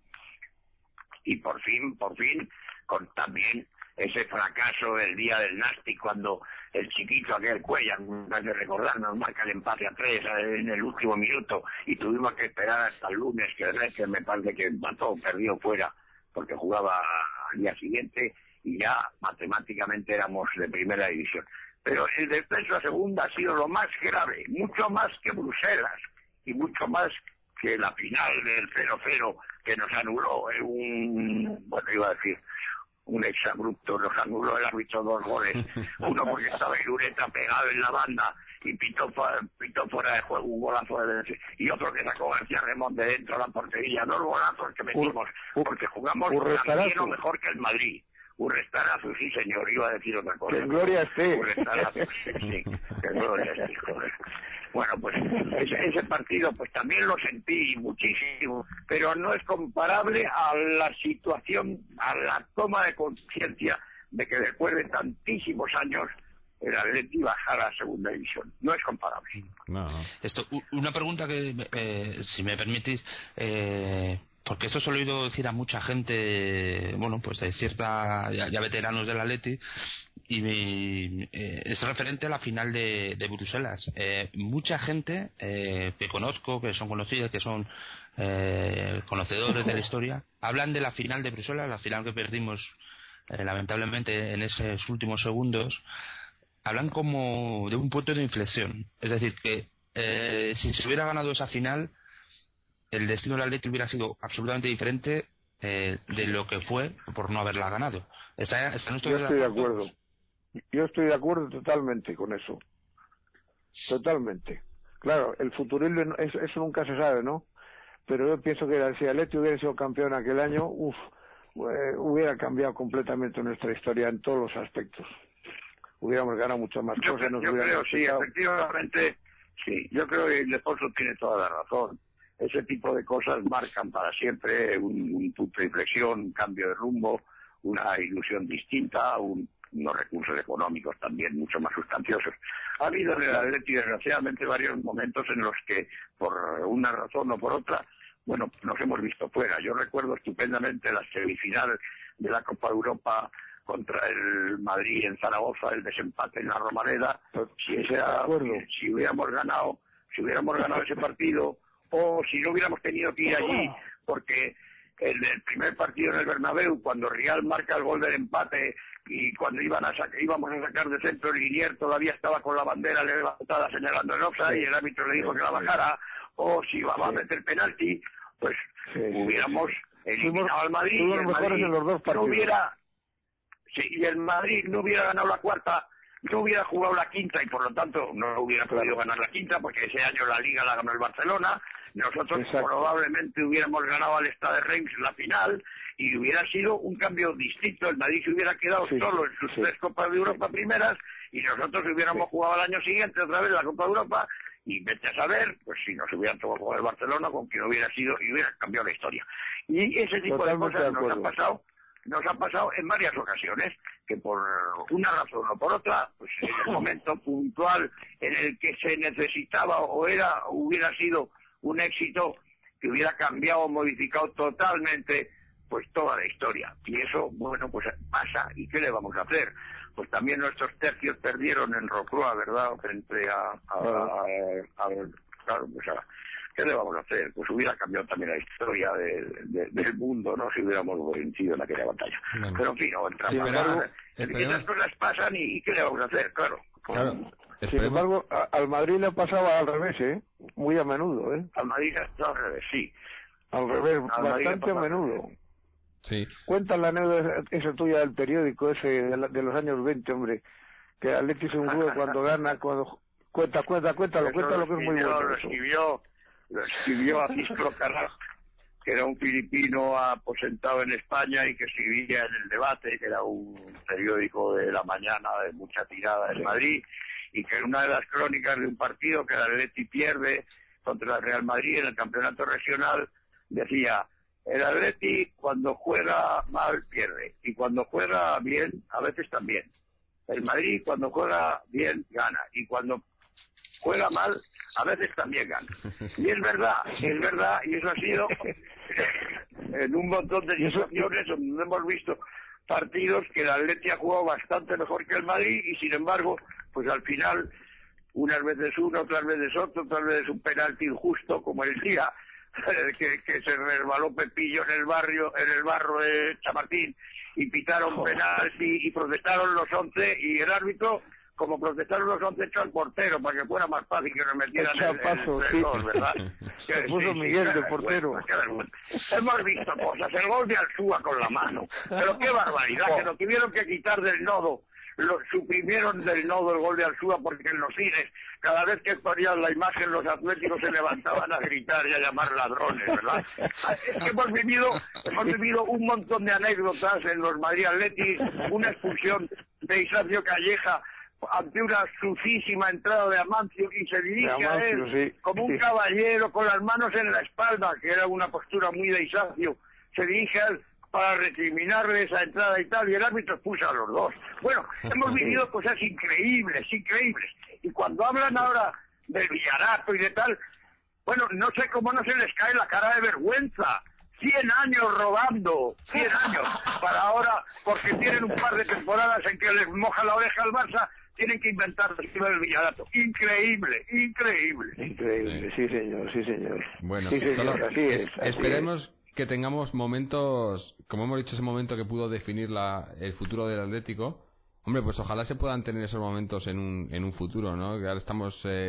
y por fin, por fin, con también ese fracaso del día del Nastic, cuando el chiquito aquel Cuellar, no hay que recordar, nos marca el empate a tres en el último minuto y tuvimos que esperar hasta el lunes, que el Reche me parece que empató, perdió fuera, porque jugaba al día siguiente y ya matemáticamente éramos de primera división. Pero el descenso a segunda ha sido lo más grave, mucho más que Bruselas y mucho más que la final del cero cero que nos anuló en un, bueno, iba a decir, un exabrupto, nos anuló el árbitro dos goles, uno porque estaba Irureta pegado en la banda y pitó, pitó fuera de juego un golazo de, y otro que sacó García Remón de dentro de la portería, dos golazos que metimos, porque jugamos también o mejor que el Madrid. Urrestarazo, sí señor, iba a decir otra cosa. Que en gloria esté. Urrestarazo, sí, sí, que en gloria esté, joder. Bueno, pues ese, ese partido pues también lo sentí muchísimo, pero no es comparable a la situación, a la toma de conciencia de que después de tantísimos años el Atleti bajar a segunda división. No es comparable. No. Esto, una pregunta que, eh, si me permitís, eh, porque esto se lo he oído decir a mucha gente, bueno, pues de cierta, ya, ya veteranos del Atleti, y me, eh, es referente a la final de, de Bruselas. Eh, mucha gente eh, que conozco, que son conocidas, que son eh, conocedores de la historia, hablan de la final de Bruselas, la final que perdimos eh, lamentablemente en esos últimos segundos. Hablan como de un punto de inflexión, es decir, que eh, si se hubiera ganado esa final, el destino del Atleti hubiera sido absolutamente diferente eh, de lo que fue por no haberla ganado. ¿Está, está Yo estoy de acuerdo. Yo estoy de acuerdo totalmente con eso. Totalmente. Claro, el futurismo, eso, eso nunca se sabe, ¿no? Pero yo pienso que si el Atleti hubiera sido campeón aquel año, uff, eh, hubiera cambiado completamente nuestra historia en todos los aspectos. Hubiéramos ganado muchas más yo cosas. Creo, nos yo creo, sí, respetado. Efectivamente, sí. Yo creo que el Leopoldo tiene toda la razón. Ese tipo de cosas marcan para siempre un, un punto de inflexión, un cambio de rumbo, una ilusión distinta, un, unos recursos económicos también mucho más sustanciosos. Ha habido en el Atleti, desgraciadamente, varios momentos en los que, por una razón o por otra, bueno, nos hemos visto fuera. Yo recuerdo estupendamente la semifinal de la Copa de Europa contra el Madrid en Zaragoza, el desempate en la Romareda. Si, ese, si hubiéramos ganado, si hubiéramos ganado ese partido, o si no hubiéramos tenido que ir allí, porque en el primer partido en el Bernabéu, cuando Real marca el gol del empate y cuando iban a sacar, íbamos a sacar de centro, el Linier todavía estaba con la bandera levantada señalando el offside, sí, y el árbitro le dijo sí, que la bajara, o si iba sí. a meter penalti, pues sí, hubiéramos sí, sí. eliminado al Madrid, y el Madrid en los dos no hubiera, sí, y el Madrid no hubiera ganado la cuarta, no hubiera jugado la quinta y por lo tanto no hubiera podido ganar la quinta porque ese año la Liga la ganó el Barcelona. Nosotros Exacto. probablemente hubiéramos ganado al Stade Reims la final y hubiera sido un cambio distinto. El Madrid se hubiera quedado sí, solo en sus sí. tres Copas de Europa sí. primeras y nosotros hubiéramos sí. jugado al año siguiente otra vez la Copa de Europa y vete a saber, pues si nos hubieran tocado jugar el Barcelona con quien hubiera sido y hubiera cambiado la historia. Y ese tipo Totalmente de cosas de nos han pasado nos ha pasado en varias ocasiones, que por una razón o por otra, pues en el momento puntual en el que se necesitaba o era hubiera sido un éxito que hubiera cambiado o modificado totalmente pues toda la historia. Y eso, bueno, pues pasa. ¿Y qué le vamos a hacer? Pues también nuestros tercios perdieron en Rocroi, ¿verdad? Frente a... a, a, a, a claro, pues a, ¿qué le vamos a hacer? Pues hubiera cambiado también la historia de, de, del mundo, ¿no? Si hubiéramos vencido en aquella batalla. Bueno. Pero en fin, no, entramos sí, a... Estas cosas pasan y, y ¿qué le vamos a hacer? Claro. Claro. Sin embargo, a, al Madrid le pasaba al revés, ¿eh? Muy a menudo, ¿eh? Al Madrid le pasaba al revés, sí. Al revés, al bastante a menudo. Sí. Cuenta la anécdota esa tuya del periódico ese de, la, de los años veinte, hombre, que Atleti se hundió cuando gana, cuando... Cuenta, cuenta, cuéntalo, cuéntalo que es muy bueno. Lo escribió, lo escribió a Cisco Carrasco, que era un filipino aposentado en España y que escribía en El Debate, que era un periódico de la mañana de mucha tirada en Madrid, y que en una de las crónicas de un partido que el Atleti pierde contra el Real Madrid en el campeonato regional, decía, el Atleti cuando juega mal pierde, y cuando juega bien, a veces también. El Madrid cuando juega bien gana, y cuando juega mal, a veces también gana. Y es verdad, es verdad, y eso ha sido en un montón de situaciones donde hemos visto partidos que el Atleti ha jugado bastante mejor que el Madrid y sin embargo, pues al final, unas veces uno, otras veces otro, otras veces un penalti injusto, como el día que, que se resbaló Pepillo en el barrio, en el barro de Chamartín y pitaron penalti y protestaron los once y el árbitro, como protestaron los once, echó al portero para que fuera más fácil que nos metieran el, el, paso, el, sí. gol, ¿verdad? Se sí, puso sí, Miguel sí, de portero. Bueno, hemos visto cosas, el gol de Alzúa con la mano, pero qué barbaridad, oh. que lo tuvieron que quitar del nodo, lo suprimieron del nodo el gol de Alzúa porque en los cines, cada vez que ponían la imagen los atléticos se levantaban a gritar y a llamar ladrones, ¿verdad? Es que hemos vivido, hemos vivido un montón de anécdotas en los Madrid Athletic, una expulsión de Ignacio Calleja ante una sucísima entrada de Amancio y se dirige Amancio, a él sí, como un sí. caballero con las manos en la espalda, que era una postura muy de Isacio, se dirige a él para recriminarle esa entrada y tal, y el árbitro expulsa a los dos. Bueno, hemos vivido cosas increíbles, increíbles. Y cuando hablan ahora del Villarato y de tal, bueno, no sé cómo no se les cae la cara de vergüenza. Cien años robando, cien años, para ahora, porque tienen un par de temporadas en que les moja la oreja al Barça, tienen que inventar encima del Villarato. Increíble, increíble. Increíble, sí, sí señor, sí señor. Bueno, sí, señor, solo así es, así esperemos es. que tengamos momentos, como hemos dicho, ese momento que pudo definir la, el futuro del Atlético. Hombre, pues ojalá se puedan tener esos momentos en un, en un futuro, ¿no? Que ahora estamos eh,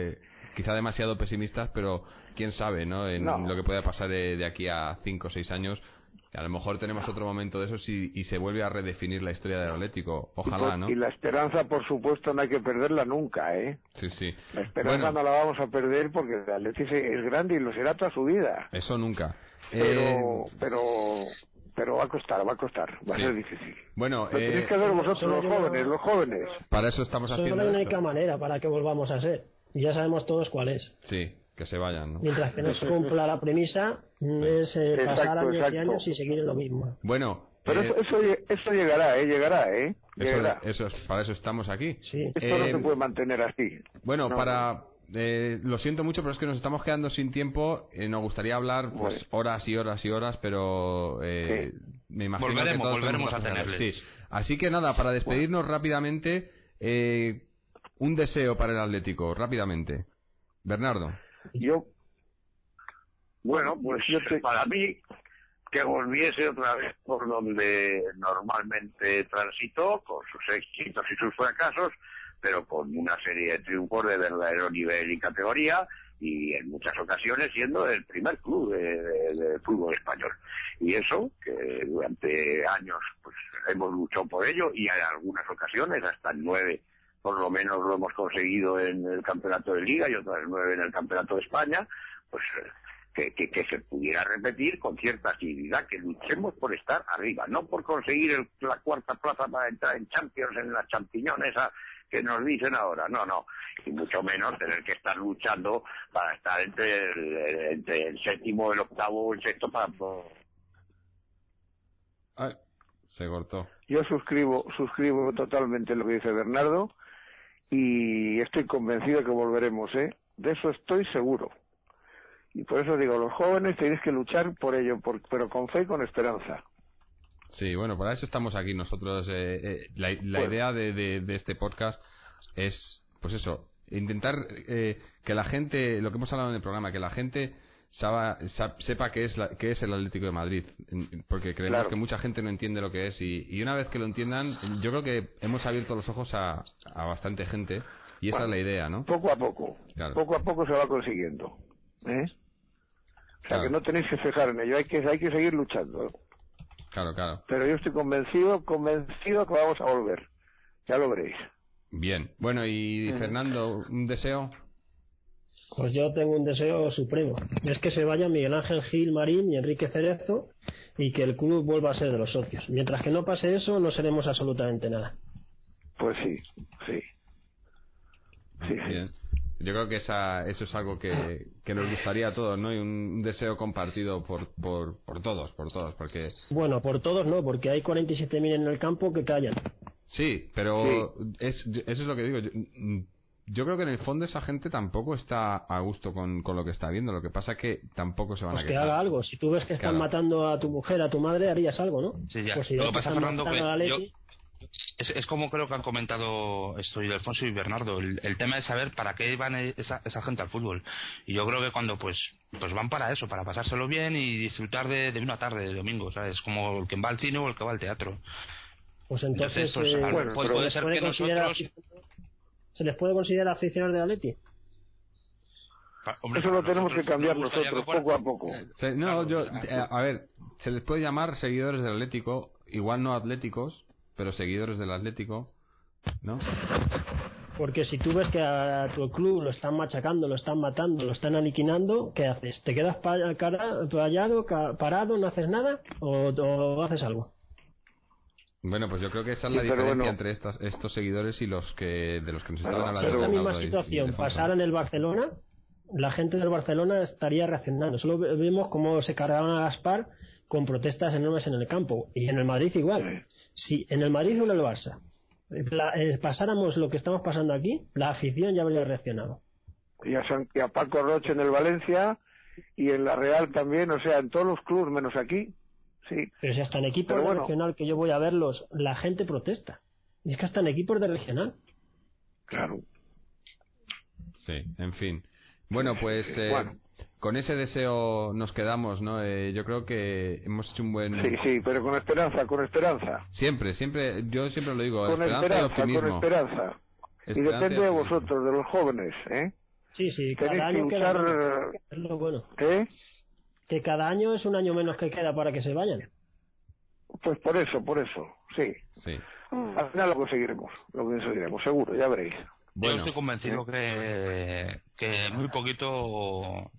quizá demasiado pesimistas, pero quién sabe, ¿no? En No. lo que pueda pasar de, de aquí a cinco o seis años. A lo mejor tenemos otro momento de esos y, y se vuelve a redefinir la historia del Atlético. Ojalá, ¿no? Y la esperanza, por supuesto, no hay que perderla nunca, ¿eh? Sí, sí. La esperanza Bueno, no la vamos a perder porque el Atlético es grande y lo será toda su vida. eso nunca. Pero, Eh, pero, pero va a costar, va a costar, va Sí. a ser difícil. bueno, Lo eh, tenéis que hacer vosotros, solo los hay una- jóvenes, los jóvenes. para eso estamos Solo haciendo hay una esto. única manera para que volvamos a ser. Y ya sabemos todos cuál es. Sí, que se vayan, ¿no? Mientras que no se cumpla la premisa, es eh, Exacto, pasar años exacto. y años y seguir en lo mismo. Bueno, Pero eh, eso, eso, lle- eso llegará, ¿eh? Llegará, ¿eh? eso, Llegará. eso es- para eso estamos aquí. Sí. Esto no Eh, se puede mantener así. Bueno, No. para... eh, lo siento mucho, pero es que nos estamos quedando sin tiempo. Eh, nos gustaría hablar pues Bueno. horas y horas y horas, pero eh, me imagino Volveremos, que todos volveremos tenemos a cosas que hacer. tenerles. Sí. Así que nada, para despedirnos rápidamente, eh, un deseo para el Atlético, rápidamente. Bernardo. Yo, Bueno, pues Yo te- para mí, que volviese otra vez por donde normalmente transitó, con sus éxitos y sus fracasos, pero con una serie de triunfos de verdadero nivel y categoría, y en muchas ocasiones siendo el primer club de, de- de fútbol español. Y eso, que durante años pues hemos luchado por ello, y en algunas ocasiones, hasta en nueve por lo menos lo hemos conseguido en el campeonato de Liga y otras nueve en el campeonato de España, pues eh, que, que, que se pudiera repetir con cierta asiduidad, que luchemos por estar arriba, no por conseguir el- la cuarta plaza para entrar en Champions, en las champiñones a- que nos dicen ahora, no, no, y mucho menos tener que estar luchando para estar entre el, entre el séptimo, el octavo o el sexto para... Ay, se cortó. yo suscribo, suscribo totalmente lo que dice Bernardo y estoy convencido que volveremos, ¿eh? De eso estoy seguro. Y por eso digo, los jóvenes tenéis que luchar por ello, por, pero con fe y con esperanza. Sí, bueno, para eso estamos aquí nosotros. Eh, eh, la la Bueno. idea de, de, de este podcast es, pues eso, intentar eh, que la gente, lo que hemos hablado en el programa, que la gente saba- sa- sepa qué es, la, qué es el Atlético de Madrid, en- porque creemos Claro. que mucha gente no entiende lo que es y, y una vez que lo entiendan, yo creo que hemos abierto los ojos a, a bastante gente y esa Bueno. es la idea, ¿no? Poco a poco, Claro. poco a poco se va consiguiendo, ¿eh? O sea Claro. que no tenéis que fijar en ello, hay que, hay que seguir luchando, ¿eh? Claro, claro. Pero yo estoy convencido, convencido que vamos a volver. Ya lo veréis. Bien. Bueno, y Fernando, ¿un deseo? Pues yo tengo un deseo supremo. Es que se vayan Miguel Ángel Gil Marín y Enrique Cerezo y que el club vuelva a ser de los socios. Mientras que no pase eso, no seremos absolutamente nada. Pues sí, sí. Sí, sí. Bien. Yo creo que esa, eso es algo que, que nos gustaría a todos, ¿no? Y un, un deseo compartido por, por, por todos, por todos, porque... Bueno, por todos no, porque hay cuarenta y siete mil en el campo que callan. Sí, pero Es, eso es lo que digo. Yo, yo creo que en el fondo esa gente tampoco está a gusto con, con lo que está viendo. Lo que pasa es que tampoco se van Pues a que quejar. haga algo. Si tú ves que están Claro. matando a tu mujer, a tu madre, harías algo, ¿no? Sí, ya. Pues si Lo ves que pasa, están Fernando, matando que a la yo- Leti, Es, es como creo que han comentado esto y Alfonso y Bernardo. El, el tema es saber para qué van esa, esa gente al fútbol. Y yo creo que cuando pues pues van para eso, para pasárselo bien y disfrutar de, de una tarde, de domingo, ¿sabes? Como el que va al cine o el que va al teatro. pues entonces, Entonces, pues, eh, a- bueno, puede, pero puede ¿se ser puede que considerar nosotros... ¿se les puede considerar aficionados de Atleti? pa- hombre, Eso lo para tenemos que nosotros cambiar nos gustaría nosotros, que fuera- poco a poco. Se- no, Claro, yo, o sea, eh, a ver, se les puede llamar seguidores del Atlético, igual no atléticos, pero seguidores del Atlético, ¿no? Porque si tú ves que a tu club lo están machacando, lo están matando, lo están aniquilando, ¿qué haces? ¿Te quedas pa- cara- callado, ca- parado, no haces nada o, o haces algo? Bueno, pues yo creo que esa es Sí, la pero diferencia bueno. entre estas, estos seguidores y los que de los que nos Pero- estaban Si hablando. esta pero- misma Bernardo y- y situación Alfonso. pasara en el Barcelona, la gente del Barcelona estaría reaccionando. Solo ve- vimos cómo se cargaban a Gaspar con protestas enormes en el campo. Y en el Madrid igual. Si en el Madrid o en el Barça la- eh, pasáramos lo que estamos pasando aquí, la afición ya habría reaccionado. Y a, San- y a Paco Roche en el Valencia y en la Real también, o sea, en todos los clubes menos aquí. Sí. Pero si hasta en equipos Pero de bueno. regional que yo voy a verlos, la gente protesta. Y es que hasta en equipos de regional. Claro. Sí, en fin. Bueno, pues eh, Bueno. con ese deseo nos quedamos, ¿no? Eh, yo creo que hemos hecho un buen... Sí, sí, pero con esperanza, con esperanza. Siempre, siempre, yo siempre lo digo, Con esperanza y esperanza, con optimismo. esperanza. Y Esperanza depende de optimismo. vosotros, de los jóvenes, ¿eh? Sí, sí, Tenéis cada que año queda luchar... menos. Es lo bueno. ¿Eh? Que cada año es un año menos que queda para que se vayan. Pues por eso, por eso, sí. Sí. Al final lo conseguiremos, lo conseguiremos, seguro, ya veréis. Bueno, yo estoy convencido que, que muy poquito...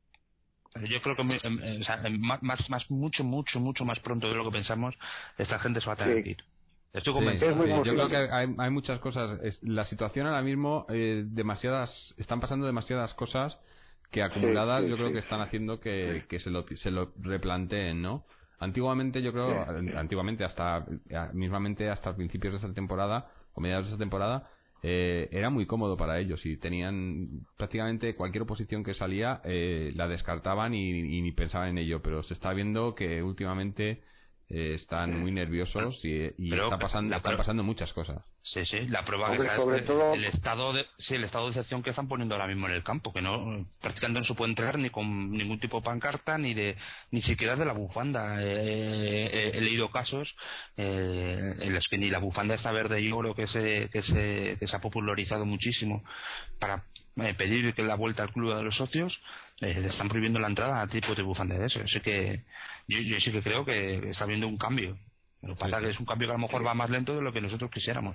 Yo creo que muy, o sea, más, más, mucho, mucho, mucho más pronto de lo que pensamos, esta gente se va a tener sí. que ir. Estoy Sí, convencido. sí, yo creo que hay, hay muchas cosas. Es, la situación ahora mismo, eh, demasiadas, están pasando demasiadas cosas que acumuladas sí, sí, yo creo sí, que están sí. haciendo que, Sí. que se lo se lo replanteen, ¿no? Antiguamente yo creo, Sí. antiguamente hasta mismamente hasta principios de esta temporada o mediados de esta temporada eh, era muy cómodo para ellos y tenían prácticamente cualquier oposición que salía eh, la descartaban y, y ni pensaban en ello, pero se está viendo que últimamente eh, están muy nerviosos y, y está pasando, están pasando muchas cosas. Sí, sí, la prueba Hombre, que sobre es todo... el estado de sí, el estado de excepción que están poniendo ahora mismo en el campo, que no prácticamente no se puede entrar ni con ningún tipo de pancarta ni de ni siquiera de la bufanda. Eh, eh, he leído casos eh, en los que ni la bufanda esta verde y oro que se que se que se ha popularizado muchísimo para eh, pedir que la vuelta al club de los socios eh, le están prohibiendo la entrada a tipo de bufanda de eso. Así que yo, yo sí que creo que está habiendo un cambio. Lo que pasa es que es un cambio que a lo mejor va más lento de lo que nosotros quisiéramos.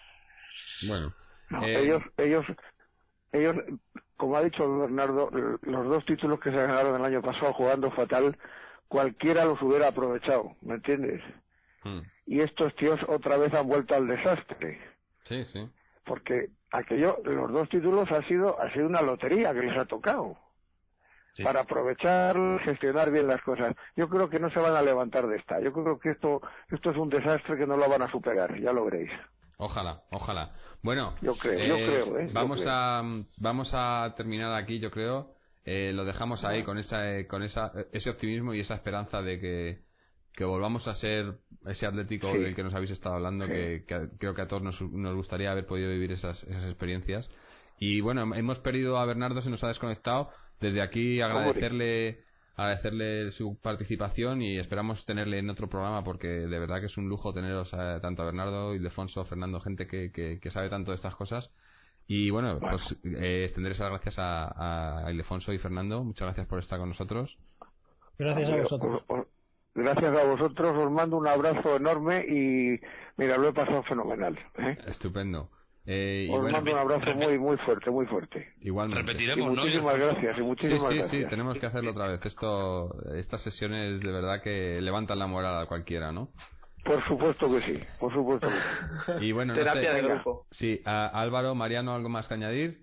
Bueno, no, eh... ellos, ellos, ellos, como ha dicho Bernardo, los dos títulos que se ganaron el año pasado jugando fatal, cualquiera los hubiera aprovechado, ¿me entiendes? Hmm. Y estos tíos otra vez han vuelto al desastre. Sí, sí. Porque aquello, los dos títulos ha sido, ha sido una lotería que les ha tocado. Sí. Para aprovechar, gestionar bien las cosas. Yo creo que no se van a levantar de esta. Yo creo que esto, esto es un desastre que no lo van a superar, ya lo veréis. Ojalá, ojalá. Bueno, yo creo, eh, yo creo, ¿eh? vamos yo creo. a vamos a terminar aquí, yo creo. Eh, lo dejamos ahí con esa con esa ese optimismo y esa esperanza de que que volvamos a ser ese Atlético sí. del que nos habéis estado hablando, sí. que, que creo que a todos nos, nos gustaría haber podido vivir esas esas experiencias. Y bueno, hemos perdido a Bernardo, se nos ha desconectado. Desde aquí agradecerle agradecerle su participación y esperamos tenerle en otro programa porque de verdad que es un lujo teneros a, tanto a Bernardo, Ildefonso, Fernando, gente que, que, que sabe tanto de estas cosas. Y bueno, pues eh, extender esas gracias a, a Ildefonso y Fernando. Muchas gracias por estar con nosotros. Gracias a vosotros. Os, os, gracias a vosotros, os mando un abrazo enorme y mira, lo he pasado fenomenal. ¿eh? Estupendo. Eh, Os bueno, mando un abrazo muy muy fuerte, muy fuerte. Igualmente. Repetiremos, y muchísimas ¿no? gracias y muchísimas sí, sí, gracias. Sí, tenemos que hacerlo otra vez. Esto, estas sesiones de verdad que levantan la moral a cualquiera, ¿no? Por supuesto que sí, por supuesto que sí. Y bueno, terapia no sé, de grupo. Sí, a Álvaro, Mariano, ¿algo más que añadir?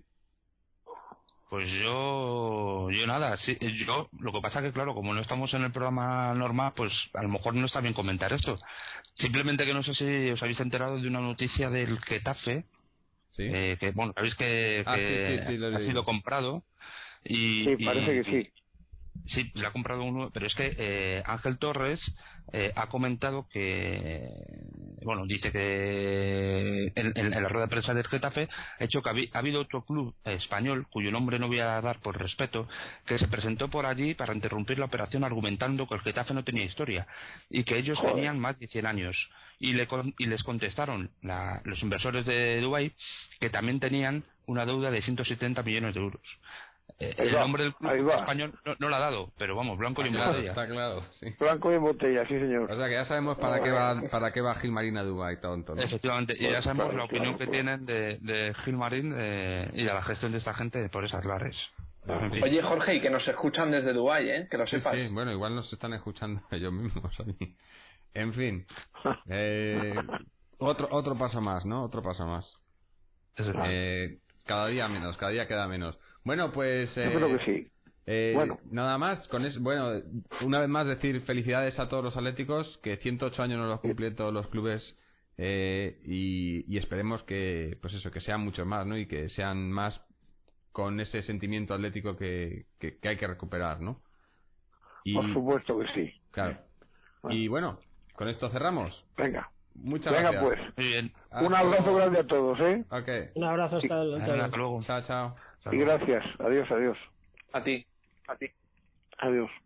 Pues yo, yo nada, sí, yo, lo que pasa que claro, como no estamos en el programa normal, pues a lo mejor no está bien comentar esto. Simplemente que no sé si os habéis enterado de una noticia del Getafe, ¿sí? eh, que bueno, sabéis que, ah, que sí, sí, sí, ha sido comprado y... Sí, parece y, que sí. Sí, le ha comprado uno, pero es que eh, Ángel Torres eh, ha comentado que, bueno, dice que en, en, en la rueda de prensa del Getafe ha hecho que ha, ha habido otro club español, cuyo nombre no voy a dar por respeto, que se presentó por allí para interrumpir la operación argumentando que el Getafe no tenía historia y que ellos Joder. tenían más de cien años. Y, le, y les contestaron la, los inversores de Dubái que también tenían una deuda de ciento setenta millones de euros. Eh, el va, nombre del club español no, no lo ha dado, pero vamos, blanco está y en claro, botella. Está claro, sí. Blanco y en botella, sí señor. O sea que ya sabemos para qué va para qué va Gilmarín a Dubái, tonto, ¿no? Efectivamente, y bueno, ya sabemos claro, la opinión claro, que claro. tienen de, de Gilmarín eh, y de la gestión de esta gente por esas lares. En fin. Oye, Jorge, y que nos escuchan desde Dubái, ¿eh? Que lo sí, sepas. Sí, bueno, igual nos están escuchando ellos mismos. En fin, eh, otro otro paso más, ¿no? Otro paso más. Eh, cada día menos, cada día queda menos. Bueno, pues... Eh, Yo creo que sí. Eh, bueno. Nada más, con eso, bueno, una vez más decir felicidades a todos los atléticos, que ciento ocho años nos los cumplen todos los clubes eh, y, y esperemos que, pues eso, que sean muchos más, ¿no? Y que sean más con ese sentimiento atlético que, que, que hay que recuperar, ¿no? Y, por supuesto que sí. Claro. Bueno. Y bueno, con esto cerramos. Venga. Muchas Venga, gracias. pues. Muy bien. Un abrazo grande a todos, ¿eh? Okay. Un abrazo hasta, sí. hasta, hasta luego. Chao, chao. Y gracias. Adiós, adiós. A ti. A ti. Adiós.